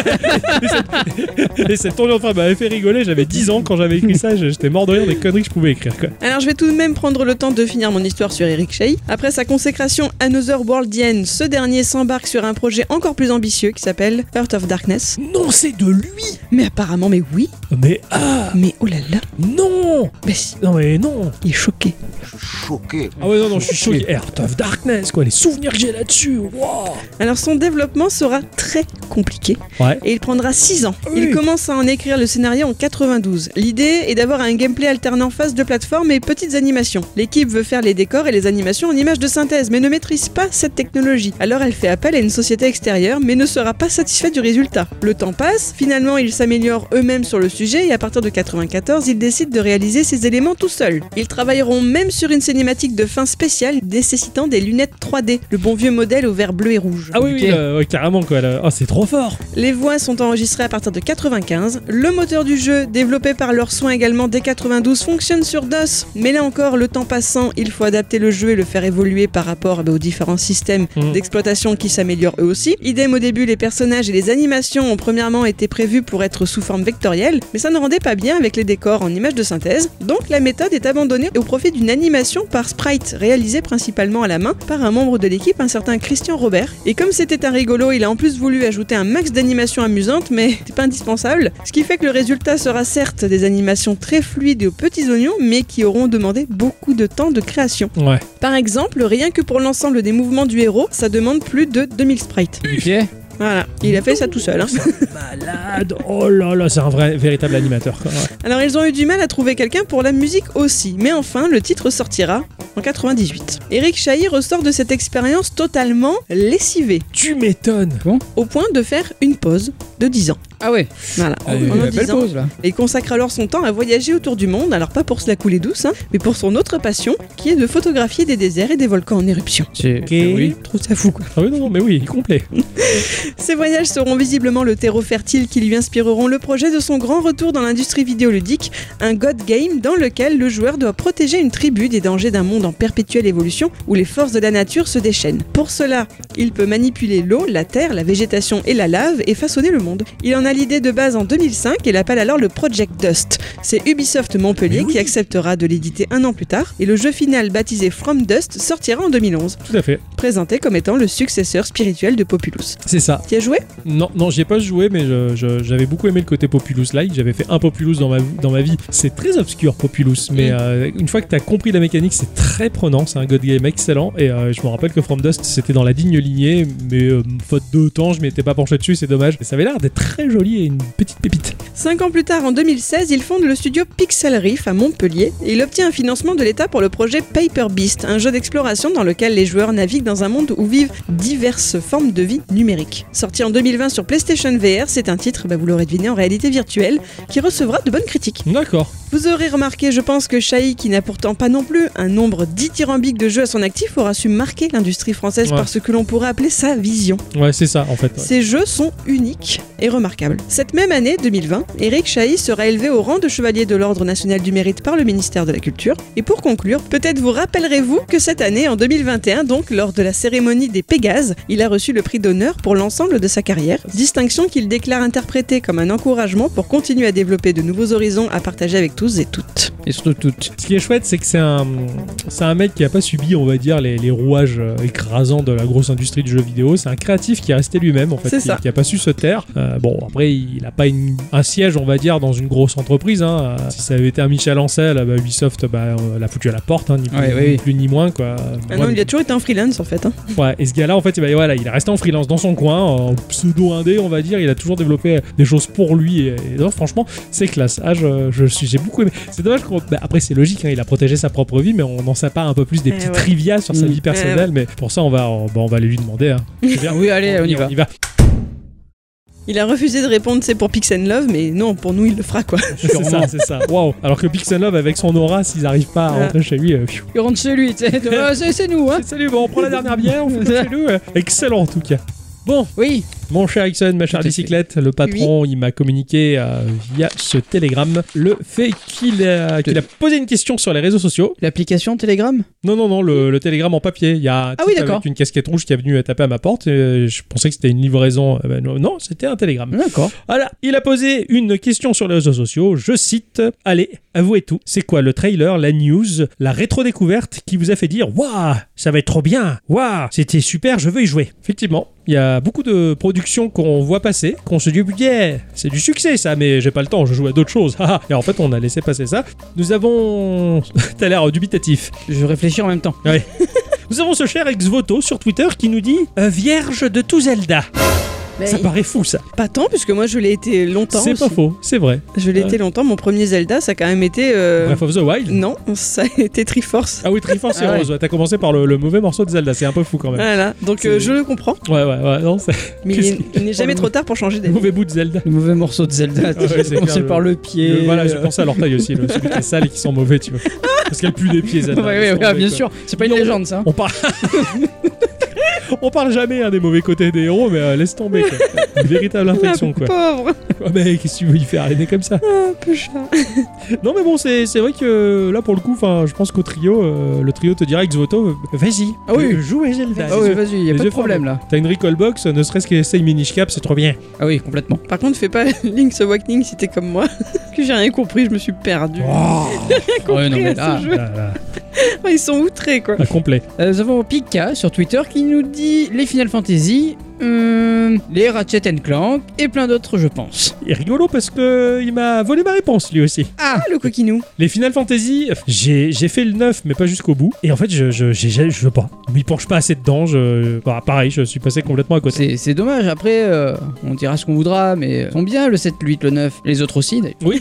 et, cette, et cette tournure de phrase m'avait fait rigoler. J'avais dix ans quand j'avais écrit ça. J'étais mort de rire des conneries que je pouvais écrire, quoi. Alors je vais tout de même prendre le temps de finir mon histoire sur Eric Chahi. Après sa consécration Another Worldienne, ce dernier s'embarque sur un projet encore plus ambitieux qui s'appelle Heart of Darkness. Non, c'est de lui. Mais apparemment, mais oui, Mais ah, mais oh là là, non. mais si, Non, mais non. il est choqué. Je suis choqué. Ah ouais, non, non, je suis choqué. Heart of Darkness, quoi, les souvenirs que j'ai là-dessus. Wow. Alors son développement sera très compliqué Ouais. et il prendra six ans. Oui. Il commence à en écrire le scénario en quatre-vingt-douze. L'idée est d'avoir un gameplay alternant phase de plateforme et petites animations. L'équipe veut faire les décors et les animations en images de synthèse mais ne maîtrise pas cette technologie. Alors elle fait appel à une société extérieure mais ne sera pas satisfaite du résultat. Le temps passe, finalement ils s'améliorent eux-mêmes sur le sujet et à partir de quatre-vingt-quatorze, ils décident de réaliser ces éléments tout seuls. Ils travailleront même sur une cinématique de fin spéciale nécessitant des lunettes trois D, le bon vieux modèle au vert bleu et rouge. Ah oui, Ok. oui, là, ouais, carrément, quoi. Là. Oh, c'est trop fort. Les voix sont enregistrées à partir de quatre-vingt-quinze. Le moteur du jeu, développé par leurs soins également dès quatre-vingt-douze, fonctionne sur DOS. Mais là encore, le temps passant, il faut adapter le jeu et le faire évoluer par rapport bah, aux différents systèmes Mm. d'exploitation qui s'améliorent eux aussi. Idem au début, les personnages et les animations ont premièrement été prévus pour être sous forme vectorielle, mais ça ne rendait pas bien avec les décors en images de synthèse. Donc la méthode est abandonnée au profit d'une animation par sprite, réalisée principalement à la main par un membre de l'équipe, un certain Christian Robert. Et comme c'était un rigolo, il a en plus voulu ajouter un max d'animations amusantes, mais c'est pas indispensable. Ce qui fait que le résultat sera certes des animations très fluides et aux petits oignons, mais qui auront demandé beaucoup de temps de création. Ouais. Par exemple, rien que pour l'ensemble des mouvements du héros, ça demande plus de deux mille sprites. Ok. Voilà, il a fait ça tout seul. Hein. Malade. Oh là là, c'est un vrai, véritable animateur, quoi. Ouais. Alors ils ont eu du mal à trouver quelqu'un pour la musique aussi, mais enfin le titre sortira en quatre-vingt-dix-huit. Eric Chahi ressort de cette expérience totalement lessivé, Tu m'étonnes. au point de faire une pause de dix ans. Ah ouais. Voilà, Ah, pendant belle dix ans. pause là. Et il consacre alors son temps à voyager autour du monde, alors pas pour se la couler douce, hein, mais pour son autre passion, qui est de photographier des déserts et des volcans en éruption. C'est Ok. oui. Je trouve ça fou quoi. Ah oui, non, non, mais oui, complet. Ces voyages seront visiblement le terreau fertile qui lui inspireront le projet de son grand retour dans l'industrie vidéoludique, un God Game dans lequel le joueur doit protéger une tribu des dangers d'un monde en perpétuelle évolution où les forces de la nature se déchaînent. Pour cela, il peut manipuler l'eau, la terre, la végétation et la lave et façonner le monde. Il en a l'idée de base en deux mille cinq et l'appelle alors le Project Dust. C'est Ubisoft Montpellier qui acceptera de l'éditer un an plus tard et le jeu final baptisé From Dust sortira en deux mille onze, Tout à fait. présenté comme étant le successeur spirituel de Populous. C'est ça. T'y as joué ? Non, non, j'y ai pas joué, mais je- je- j'avais beaucoup aimé le côté Populous-like. J'avais fait un Populous dans ma, dans ma vie. C'est très obscur, Populous, mais Mm. euh, une fois que t'as compris la mécanique, c'est très prenant. C'est un God Game excellent. Et euh, je me rappelle que From Dust, c'était dans la digne lignée, mais euh, faute de temps, je m'étais pas penché dessus, c'est dommage. Et ça avait l'air d'être très joli et une petite pépite. Cinq ans plus tard, en deux mille seize, il fonde le studio Pixel Riff à Montpellier et il obtient un financement de l'État pour le projet Paper Beast, un jeu d'exploration dans lequel les joueurs naviguent dans un monde où vivent diverses formes de vie numériques. Sorti en deux mille vingt sur PlayStation V R, c'est un titre, bah vous l'aurez deviné, en réalité virtuelle, qui recevra de bonnes critiques. D'accord. Vous aurez remarqué, je pense que Chahi, qui n'a pourtant pas non plus un nombre dithyrambique de jeux à son actif, aura su marquer l'industrie française Ouais. par ce que l'on pourrait appeler sa vision. Ouais, c'est ça, en fait. Ouais. Ces jeux sont uniques et remarquables. Cette même année, deux mille vingt, Eric Chahi sera élevé au rang de chevalier de l'Ordre national du mérite par le ministère de la Culture. Et pour conclure, peut-être vous rappellerez-vous que cette année, en deux mille vingt et un, donc lors de la cérémonie des Pégases, il a reçu le prix d'honneur pour l'ensemble de sa carrière, distinction qu'il déclare interpréter comme un encouragement pour continuer à développer de nouveaux horizons à partager avec tous et toutes. Et surtout toutes. Ce qui est chouette, c'est que c'est un, c'est un mec qui a pas subi, on va dire, les, les rouages euh, écrasants de la grosse industrie du jeu vidéo. C'est un créatif qui est resté lui-même, en fait, C'est qui, ça. qui a pas su se taire. Euh, bon, après, il a pas une- un siège, on va dire, dans une grosse entreprise. Hein. Euh, Si ça avait été un Michel Ancel, bah, Ubisoft bah, euh, l'a foutu à la porte, hein, ni, plus, Ouais, ni oui, oui. plus ni moins, quoi. Ah Moi, non, il a toujours été en freelance en fait. Hein. Ouais, et ce gars-là, en fait, bah, voilà, il est resté en freelance dans son coin, en pseudo-indé, on va dire. Il a toujours développé des choses pour lui. Et, et donc, franchement, c'est classe. Ah, je, je suis- j'ai beaucoup aimé. C'est dommage qu'on. Bah, après, c'est logique, hein, il a protégé sa propre vie, mais on n'en sait pas un peu plus des Eh petits ouais. trivia sur sa Mm. vie personnelle. Mais pour ça, on va, on, bah, on va aller lui demander. Hein. C'est bien. Oui, allez, on y va. On y va. Il a refusé de répondre, c'est pour Pix and Love, mais non, pour nous, il le fera quoi. C'est ça, c'est ça. Waouh. Alors que Pixel Love, avec son aura, s'ils n'arrivent pas à Ouais. rentrer chez lui. euh, pfiou. Il rentre chez lui, tu sais. Ah, c'est c'est nous, hein. Salut, bon, on prend la dernière bière, on fait comme chez nous. euh. Excellent en tout cas. Bon, Oui. mon cher Ixon, ma chère Tout à fait. bicyclette, le patron, il m'a communiqué euh, via ce télégramme le fait qu'il a, qu'il a posé une question sur les réseaux sociaux. L'application Telegram. Non, non, non, le, le télégramme en papier. Il y a un Ah oui, type d'accord. avec une casquette rouge qui est venu taper à ma porte. Et je pensais que c'était une livraison. Euh, ben non, non, c'était un télégramme. D'accord. Voilà, il a posé une question sur les réseaux sociaux. Je cite, allez, avouez tout. C'est quoi le trailer, la news, la rétro-découverte qui vous a fait dire waouh, ça va être trop bien, waouh, c'était super, je veux y jouer. Effectivement, il y a beaucoup de produits productions qu'on voit passer, qu'on se dit, yeah, c'est du succès ça, mais j'ai pas le temps, je joue à d'autres choses. Et en fait, on a laissé passer ça. Nous avons... T'as l'air dubitatif. Je réfléchis en même temps. Ouais. Nous avons ce cher Exvoto sur Twitter qui nous dit euh, Vierge de tout Zelda. Mais Ça paraît fou ça. pas tant, puisque moi je l'ai été longtemps. C'est aussi. pas faux, c'est vrai. Je l'ai Ouais. été longtemps. Mon premier Zelda, ça a quand même été. euh, Breath of the Wild. Non, ça a été Triforce. Ah oui, Triforce Ah ouais. Heroes. Ouais. T'as commencé par le, le mauvais morceau de Zelda, c'est un peu fou quand même. Voilà, donc C'est- euh, je le comprends. Ouais, ouais, ouais. Non, c'est Mais Qu'est-ce il est- il n'est jamais trop tard pour changer le d'avis. mauvais bout de Zelda. Le mauvais morceau de Zelda. ouais, c'est Tu commencé clair, par le- le pied. Le- voilà, j'ai euh, pensé à l'orteil aussi, le, celui qui est sale et qui sent mauvais, tu vois. Parce qu'elle pue des pieds, Zelda. Ouais, ouais, laisse ouais, tomber, bien quoi. sûr. C'est pas une Non. légende ça. On parle. On parle jamais hein, des mauvais côtés des héros, mais euh, laisse tomber quoi. Une véritable infection quoi. Pauvre, Oh, mais qu'est-ce que tu veux y faire aller comme ça? un peu chat. Non mais bon, c'est c'est vrai que là pour le coup, enfin, je pense qu'au trio, euh, le trio te dira Exvoto, euh, vas-y, Ah oui. euh, joue à Zelda. Ah oui, vas-y, y a Les pas de yeux problème fermés. là. T'as une recall box, ne serait-ce qu'essaye Minish Cap, c'est trop bien. Ah oui, complètement. Par contre, fais pas Link's Awakening si t'es comme moi. Que j'ai rien compris, je me suis perdu. Oh, Ouais, non, mais à là, ce jeu. là, là, Oh, ils sont outrés quoi. là, complet. Euh, nous avons Pika sur Twitter qui nous dit les Final Fantasy, euh, les Ratchet and Clank et plein d'autres, je pense. Il est rigolo parce que il m'a volé ma réponse lui aussi. Ah, le coquinou. Les Final Fantasy, j'ai j'ai fait le neuf mais pas jusqu'au bout. Et en fait, je je, j'ai- j'ai- je veux pas. Je m'y penche pas assez dedans. Je, bah, pareil, je suis passé complètement à côté. C'est c'est dommage, après, euh, on dira ce qu'on voudra, mais ils sont bien le sept, le huit, le neuf, les autres aussi d'ailleurs. Oui.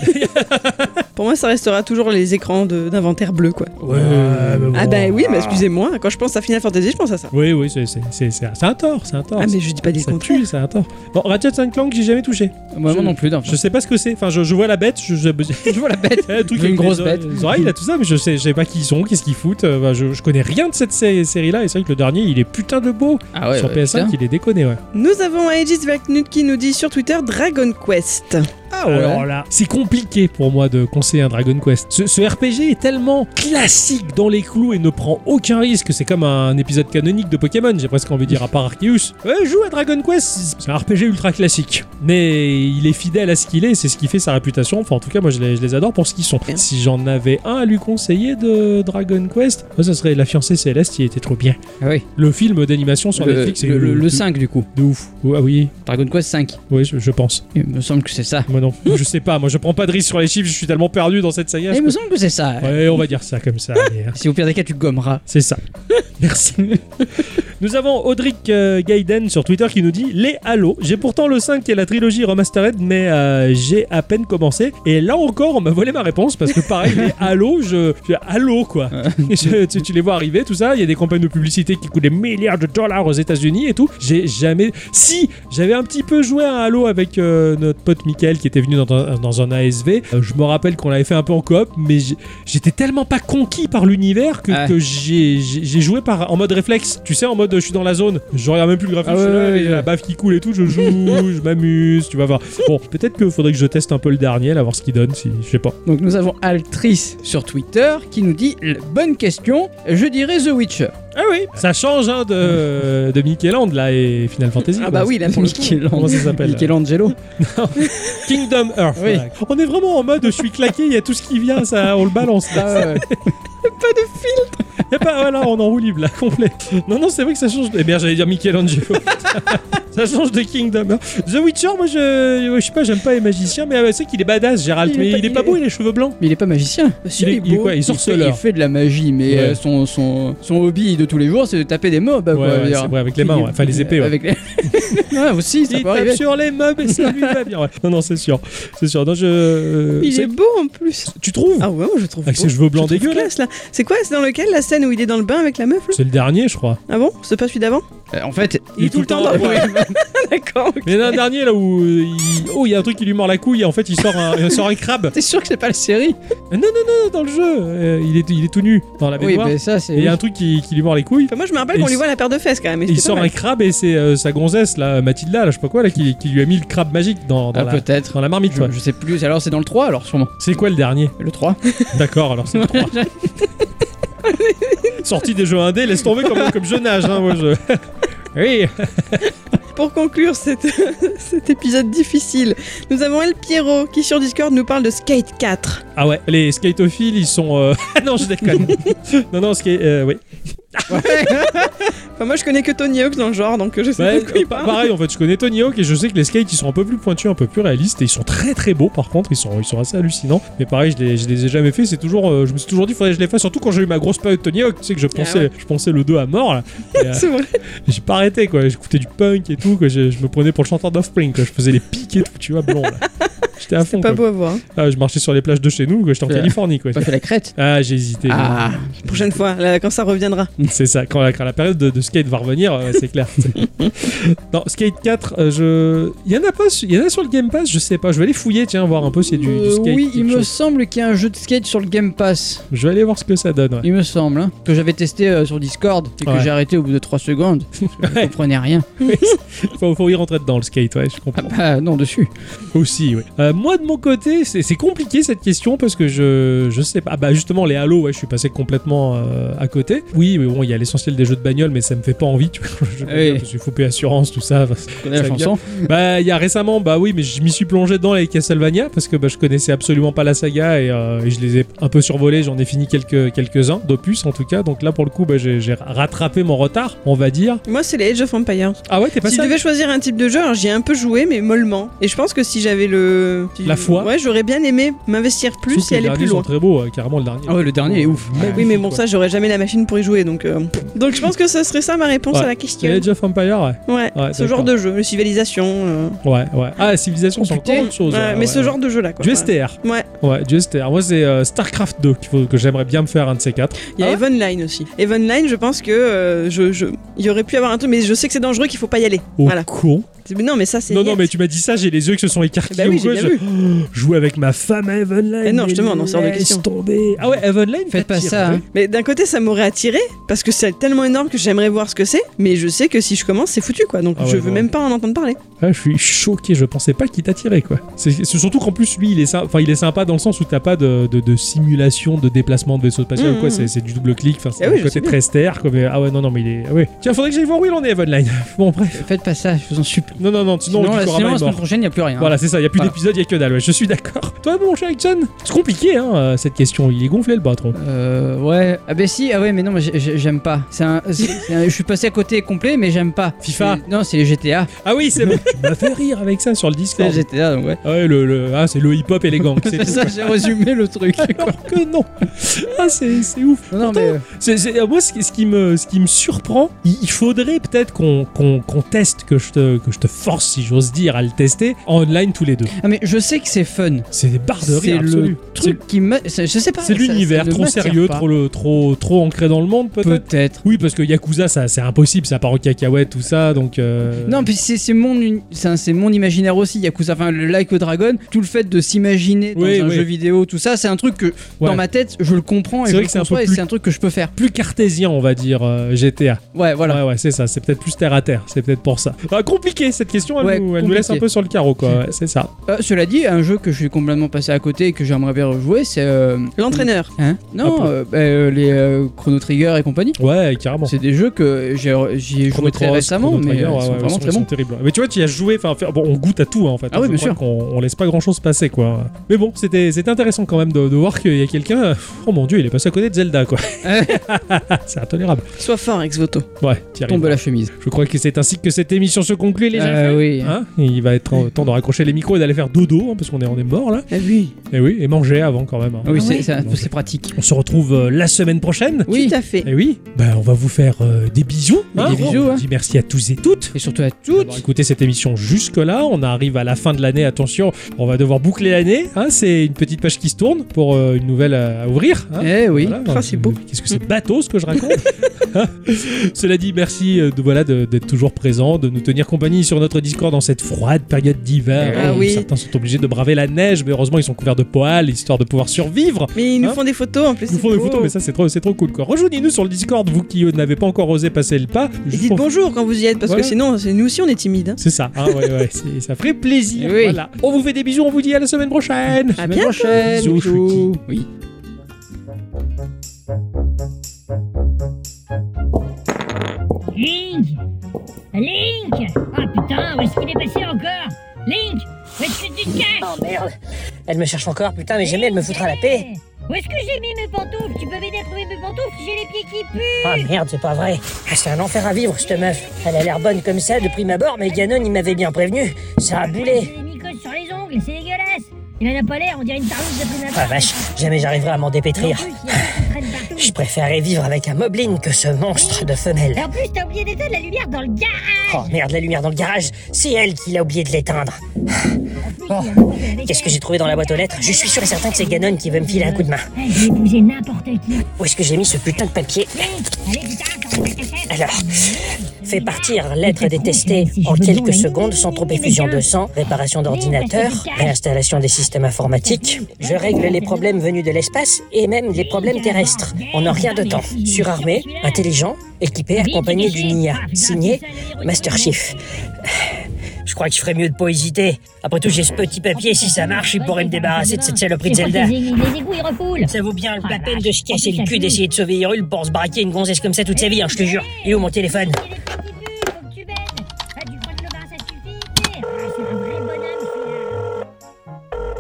Pour moi, ça restera toujours les écrans de- d'inventaire bleu quoi. Ouais, mais bon. Ah bah oui, mais excusez-moi, quand je pense à Final Fantasy, je pense à ça. Oui, oui, c'est c'est- c'est- c'est- c'est un tort, c'est un tort. Ah mais je dis pas des ça contraires. pue, c'est un tort. Bon, Ratchet and Clank, j'ai jamais touché. Moi, Je- moi non plus, d'un Je sais pas ce que c'est. Enfin, je, je vois la bête, je, je, Je vois la bête. Ouais, le truc Une avec grosse les, bête. les oreilles, là, tout ça, mais je sais, je sais pas qui ils sont, qu'est-ce qu'ils foutent. euh, bah, je, je connais rien de cette sé- série-là, et c'est vrai que le dernier, il est putain de beau. Ah ouais, Sur ouais, P S cinq, putain. il est déconné, ouais. Nous avons Aegis Valknut qui nous dit sur Twitter Dragon Quest. Ah Alors là, c'est compliqué pour moi de conseiller un Dragon Quest. Ce, ce R P G est tellement classique dans les clous et ne prend aucun risque. C'est comme un épisode canonique de Pokémon, j'ai presque envie de dire, à part Arceus. Ouais, joue à Dragon Quest, c'est un R P G ultra classique. Mais il est fidèle à ce qu'il est, c'est ce qui fait sa réputation. Enfin, en tout cas, moi, je les, je les adore pour ce qu'ils sont. Si j'en avais un à lui conseiller de Dragon Quest, moi, ça serait La fiancée céleste, il était trop bien. Ah oui, Le film d'animation sur le, Netflix, c'est le, le- le de- cinq du coup. De ouf. Oh, ah oui, Dragon Quest cinq. oui, je, je pense. Il me semble que c'est ça. Moi non, je sais pas, moi je prends pas de risque sur les chiffres, je suis tellement perdu dans cette saga. Eh, je il me peux- semble que c'est ça. Ouais, on va dire ça comme ça. allez, hein. Si au pire des cas tu gommeras. C'est ça. Merci. Nous avons Audric euh, Gaiden sur Twitter qui nous dit les Halo. J'ai pourtant le cinq et la trilogie remastered, mais euh, j'ai à peine commencé. Et là encore, on m'a volé ma réponse parce que pareil, les Halo, je, je Halo quoi. Et je- tu, tu les vois arriver, tout ça. Il y a des campagnes de publicité qui coûtent des milliards de dollars aux États-Unis et tout. J'ai jamais. Si, j'avais un petit peu joué à un Halo avec euh, notre pote Mickaël qui était venu dans un, dans un A S V. Euh, je me rappelle qu'on l'avait fait un peu en coop, mais j'ai- j'étais tellement pas conquis par l'univers que, Ouais. que j'ai j'ai- j'ai joué par, en mode réflexe. Tu sais, en mode je suis dans la zone, je regarde même plus le graphisme, Ah ouais, je suis là, ouais, avec ouais. la baffe qui coule et tout, je joue, je m'amuse, tu vas voir. Bon, peut-être qu'il faudrait que je teste un peu le dernier, là, voir ce qu'il donne, si je sais pas. Donc nous avons Altrice sur Twitter qui nous dit bonne question, je dirais The Witcher. Ah oui, ça change hein, de, de Mickeyland là et Final Fantasy. Ah quoi. bah oui, là pour le coup. Micheland- Comment ça s'appelle Michelangelo. Kingdom Earth. Oui. voilà. On est vraiment en mode je suis claqué, il y a tout ce qui vient, ça, on le balance. Là. Ah ouais. Y a pas, voilà, on en roue libre là, complet. Non, non, c'est vrai que ça change. De... Eh bien, j'allais dire Michelangelo. Ça change de Kingdom Hearts. The Witcher, moi, je, je sais pas, j'aime pas les magiciens, mais euh, c'est qu'il est badass, Gérald. Il est mais pas- il est il pas est- beau, il a les cheveux blancs. Mais il est pas magicien. Monsieur, Il est, il est il est beau. quoi Il est Il fait, sorceleur. il fait de la magie, mais Ouais. euh, son, son, son hobby de tous les jours, c'est de taper des mobs. Ouais, quoi, ouais, je veux dire. c'est vrai, avec les mains, ouais. Enfin, les épées, ouais. Avec les... ouais, aussi, ça Il peut tape arriver. sur les meubles et ça lui va bien. Ouais. Non, non, c'est sûr. C'est sûr. Non, je. euh, Il c'est- est beau en plus. Tu trouves Ah ouais, moi je trouve Avec beau. ses cheveux blancs Je trouve dégueux, là. classe, là. C'est quoi C'est dans lequel la scène où il est dans le bain avec la meuf là C'est le dernier, je crois. Ah bon C'est pas celui d'avant Euh, en fait, Il est tout le temps dans le ouais. D'accord. ok. Mais il y en a un dernier là où. euh, il... Oh, il y a un truc qui lui mord la couille et en fait, il sort un, il sort un crabe. T'es sûr que c'est pas la série? Non, non, non, dans le jeu. euh, il, est, il est tout nu dans la Oui, baignoire. mais ça, c'est. Et il y a un truc qui, qui lui mord les couilles. Enfin, moi je me rappelle Et qu'on il lui s- voit la paire de fesses quand même. mais Il c'était sort pas un mal. crabe et c'est euh, sa gonzesse, là, Mathilda, là, je sais pas quoi, là, qui, qui lui a mis le crabe magique dans, dans, Ah, la, peut-être. dans la marmite. Je, ouais. je sais plus. Alors, c'est dans le trois, alors sûrement. C'est quoi le dernier Le trois. D'accord, alors c'est le trois. Sortie des jeux indés, laisse tomber comme, comme jeune âge. Hein, moi, je... Oui. Pour conclure cette- cet épisode difficile, nous avons El Piero qui sur Discord nous parle de Skate quatre. Ah ouais, les skateophiles, ils sont... euh, non, je déconne. non, non, skate... euh, oui. Enfin, moi je connais que Tony Hawk dans le genre, donc je sais Ouais, pas de quoi il pa- parle. pareil en fait, je connais Tony Hawk et je sais que les skates ils sont un peu plus pointus, un peu plus réalistes et ils sont très très beaux par contre, ils sont, ils sont assez hallucinants. Mais pareil, je les, je les ai jamais fait, c'est toujours, euh, je me suis toujours dit faudrait que je les fasse, surtout quand j'ai eu ma grosse période Tony Hawk, tu sais que je pensais, ouais. je pensais le dos à mort là. Et, euh, C'est vrai. j'ai pas arrêté quoi, j'écoutais du punk et tout, quoi. Je, je me prenais pour le chanteur d'Offspring, quoi. Je faisais les pics et tout, tu vois, blond là. J'étais à fond. C'est pas quoi. beau à voir. hein. Ah, je marchais sur les plages de chez nous, quoi. J'étais en Ouais. Californie quoi. Pas fait la crête. Ah, j'ai hésité. Ah, Prochaine fois, là, quand ça reviendra. C'est ça, quand la, quand la période de, de skate va revenir, euh, c'est clair. Non, Skate quatre, euh, je... il y en a pas, su- il y en a sur le Game Pass, je sais pas. Je vais aller fouiller, tiens, voir un peu s'il y a du, du Euh, skate. oui, quelque il me chose. semble qu'il y a un jeu de skate sur le Game Pass. Je vais aller voir ce que ça donne. Ouais. Il me semble, hein, que j'avais testé euh, sur Discord et que Ouais. j'ai arrêté au bout de trois secondes. Je ne comprenais rien. faut, faut y rentrer dedans le skate, ouais, je Ah comprends. bah non, dessus. Aussi, oui. Euh, moi de mon côté, c'est c'est compliqué cette question parce que je je sais pas. Ah bah justement les Halo, ouais, je suis passé complètement euh, à côté. Oui, mais bon, il y a l'essentiel des jeux de bagnole, mais ça me fait pas envie, tu vois. Je veux Oui. dire, parce qu'il faut payer assurance, tout ça. Tu connais la Ça chanson. Bah, il y a récemment, bah oui, mais je m'y suis plongé dedans avec Castlevania parce que bah, je connaissais absolument pas la saga et, euh, et je les ai un peu survolés. J'en ai fini quelques quelques-uns d'opus en tout cas. Donc là, pour le coup, bah, j'ai j'ai rattrapé mon retard, on va dire. Moi, c'est les Age of Empires. Ah ouais, t'es pas Si ça je devais choisir un type de jeu, alors j'y ai un peu joué, mais mollement. Et je pense que si j'avais le. si- La foi. Ouais, j'aurais bien aimé m'investir plus Sauf que et les aller derniers plus sont loin. très beaux, euh, carrément le dernier. Ah ouais, le dernier est ouf. Oui, mais bon, quoi. ça, j'aurais jamais la machine pour y jouer, donc. euh, Donc, je pense que ce serait ça ma réponse Ouais. à la C'est question. Age of Empire, ouais. Ouais, Ouais, ce d'accord. genre de jeu, le civilisation. euh, Ouais, ouais. Ah, la civilisation, c'est Computé. encore autre chose. ouais, hein, mais ouais, ce ouais. genre de jeu là, quoi. Du S T R. Ouais, Ouais, du S T R. Moi, c'est euh, StarCraft deux qu'il faut, que j'aimerais bien me faire un de ces quatre. il y a Ah Evenline aussi. Evenline, je pense que euh, je, je... il y aurait pu avoir un truc, mais je sais que c'est dangereux, qu'il faut pas y aller. Oh, Voilà. con. C'est- mais non, mais ça, c'est. Non, non, net. mais tu m'as dit ça, j'ai les yeux qui se sont écarquillés. Bah oui, ou quoi, j'ai bien je- Oh, jouer avec ma femme à Evenline. Eh non, mais justement, non, c'est hors de laisse question. tomber. Ah ouais, Evenline, Faites pas t'attire, ça, ouais. hein. Mais d'un côté, ça m'aurait attiré parce que c'est tellement énorme que j'aimerais voir ce que c'est. Mais je sais que si je commence, c'est foutu quoi. Donc Ah je ouais, veux non. même pas en entendre parler. Ah, je suis choqué, je pensais pas qu'il t'attirait quoi. C'est c'est surtout qu'en plus lui il est, sy- enfin, il est sympa dans le sens où t'as pas de, de, de simulation de déplacement de vaisseau spatial Mmh, ou quoi, mmh. c'est c'est du double clic, enfin, c'est Ah un oui, je côté sais bien. très stér quoi. Mais, ah ouais non non mais il est, ah ouais. Tiens faudrait que j'aille voir où il en est Evenline. Bon bref. Faites pas ça, je vous en supplie. Non non non sinon, Sinon, le la, Gikorama sinon, est la semaine mort. prochaine, il n'y a plus rien. Voilà c'est ça, il y a plus Voilà. d'épisodes, il y a que dalle, ouais, je suis d'accord. Toi mon cher Ixon, c'est compliqué hein euh, cette question, il est gonflé le patron. Euh, ouais. Ah bah si, ah ouais, mais non, mais j'ai- j'ai- j'aime pas. C'est un, c'est- c'est un- je suis passé à côté complet, mais j'aime pas. FIFA. C'est- Non, c'est les G T A. Ah oui c'est bon, tu m'as fait rire avec ça sur le C'est les Discord. G T A, donc ouais. Ah ouais le, le ah c'est le hip hop et les gangs, c'est C'est tout, ça, quoi. j'ai résumé le truc. Alors que non. Ah c'est c'est ouf. Non, non, Pourtant, mais. euh, C'est, c'est- euh, moi, ce, qui- ce qui me, ce qui me surprend, il, il faudrait peut-être qu'on, qu'on, qu'on teste, que je, te, que je te force, si j'ose dire, à le tester en online tous les deux. Ah, mais je sais que c'est fun. C'est des barres de C'est rire absolues. le truc qui m'a. c'est- Je sais pas. C'est, c'est ça- l'univers ça ne trop m'attire sérieux, pas. trop, le, trop, trop ancré dans le monde, peut-être. Peut-être. Oui, parce que Yakuza, ça, c'est impossible, ça part aux cacahuètes, tout ça, donc. euh, Non, puis c'est c'est mon, uni- c'est un- c'est mon imaginaire aussi, Yakuza. Enfin, le Like a Dragon, tout le fait de s'imaginer dans Oui, un oui. jeu vidéo, tout ça, c'est un truc que Ouais. dans ma tête, je le comprends et C'est je vrai le que c'est un conçois peu et plus- c'est un truc que je peux faire. Plus cartésien, on va dire, euh, G T A. Ouais, voilà. Ouais, ouais, c'est ça, c'est peut-être plus terre à terre, c'est peut-être pour ça. Ah, compliqué cette question, elle, Ouais, nous, elle nous laisse un compliqué. peu sur le carreau, quoi, ouais, c'est ça. Euh, cela dit, un jeu que je suis complètement passé à côté et que j'aimerais bien rejouer, c'est. euh, L'entraîneur. Hein Non, Ah, euh, bah, euh, les euh, Chrono Trigger et compagnie. Ouais, carrément. C'est des jeux que j'ai j'y ai Chrono joué très Cross, récemment, Chrono mais Trigger, euh, ouais, ils sont ouais, vraiment ils très sont bons. terribles. Mais tu vois, tu y as joué, enfin, faire- bon, on goûte à tout, hein, en fait. Ah oui, Je bien crois sûr. qu'on on laisse pas grand chose passer, quoi. Mais bon, c'était c'était intéressant quand même de, de voir qu'il y a quelqu'un. Oh mon dieu, il est passé à côté de Zelda, quoi. C'est intolérable. Sois fort, ex voto. Ouais, t'y arrives. Tombe la chemise. Je crois que c'est ainsi que cette émission se conclut, les Euh, enfants. oui. Hein il va être euh, temps de raccrocher les micros et d'aller faire dodo, hein, parce qu'on est, on est mort là. Ah oui. Et oui, et manger avant quand même. hein. Ah oui, Ah c'est ouais. c'est un- Donc, c'est pratique. On se retrouve euh, la semaine prochaine. Oui. Tout à fait. Et oui, bah, on va vous faire euh, des bisous. Des hein. bisous, On hein. dit merci à tous et toutes. Et surtout à D'avoir toutes. écouté cette émission jusque-là. On arrive à la fin de l'année. Attention, on va devoir boucler l'année. hein. C'est une petite page qui se tourne pour euh, une nouvelle à, à ouvrir. hein. Eh oui. Voilà. Ah, c'est beau. Qu'est-ce que c'est bateau ce que je raconte. Cela dit, merci euh, de, voilà, de- d'être toujours présent, de nous tenir compagnie sur notre Discord dans cette froide période d'hiver. Ah où oui. Certains sont obligés de braver la neige, mais heureusement ils sont couverts de poils, histoire de pouvoir survivre. Mais ils nous Hein font des photos en plus. Ils nous c'est font des beau. photos, mais ça c'est trop, c'est trop cool quoi. Rejoignez-nous sur le Discord, vous qui euh, n'avez pas encore osé passer le pas. Et Juste dites pour- bonjour quand vous y êtes, parce Voilà. que sinon, c'est- nous aussi on est timides. hein. C'est ça, hein, ouais, ouais, c'est- ça ferait plaisir. Oui. Voilà. On vous fait des bisous, on vous dit à la semaine prochaine. À Semaine bientôt. prochaine. Bisous, bisous. Oui. Link Link Ah putain, où est-ce qu'il est passé encore Link Où est-ce que tu te caches Oh merde, elle me cherche encore, putain, mais jamais elle me foutra la paix. Où est-ce que j'ai mis mes pantoufles Tu peux m'aider à trouver mes pantoufles si j'ai les les pieds qui puent. Ah merde, c'est pas vrai. Ah, c'est un enfer à vivre, cette meuf. Elle a l'air bonne comme ça de prime abord, mais Ganon, il m'avait bien prévenu. Ça a boulé. J'ai des mycoses sur les ongles, c'est dégueulasse. Il en a pas l'air, on dirait une tarlouse de prime abord. Ah vache, jamais j'arriverai à m'en En dépétrir. plus, il y a tout qui traîne partout. Je préférerais vivre avec un moblin que ce monstre de femelle. Et en plus, t'as oublié d'éteindre la lumière dans le garage. Oh merde, la lumière dans le garage, c'est elle qui l'a oublié de l'éteindre. En plus, Bon, il y a n'importe avec qu'est-ce que elle. j'ai trouvé dans la boîte aux lettres? Je suis sûr et certain que c'est Ganon qui veut me filer un coup de main. Ouais, j'ai épousé n'importe qui. Où est-ce que j'ai mis ce putain de papier? Allez, putain, sors de ta cachette. Alors, fais partir lettre détestée en quelques secondes, centroffusion de sang, réparation d'ordinateur, réinstallation des systèmes informatiques. Je règle les problèmes venus de l'espace et même les problèmes terrestres. En un rien de temps. Surarmé, intelligent, équipé, accompagné d'une I A. Signé Master Chief. Je crois que je ferais mieux de pas hésiter. Après tout, j'ai ce petit papier, si ça marche, il pourrait me débarrasser de cette saloperie de Je crois Zelda. que Les, les égouts, ils refoulent. Ça vaut bien la peine de se casser le cul d'essayer de sauver Hyrule pour se braquer une gonzesse comme ça toute sa vie, hein, je te jure. Et où mon téléphone? Il y a des pieds qui puent, faut que tu baignes. Ah, du froid de l'eau, ça suffit. Ah, c'est un vrai bonhomme, celui-là.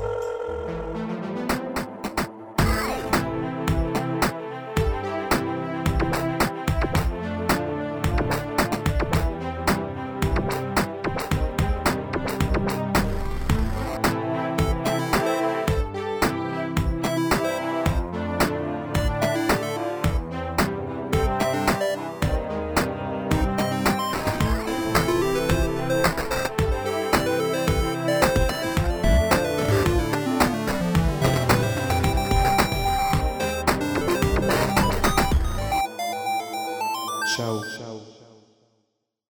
Ciao.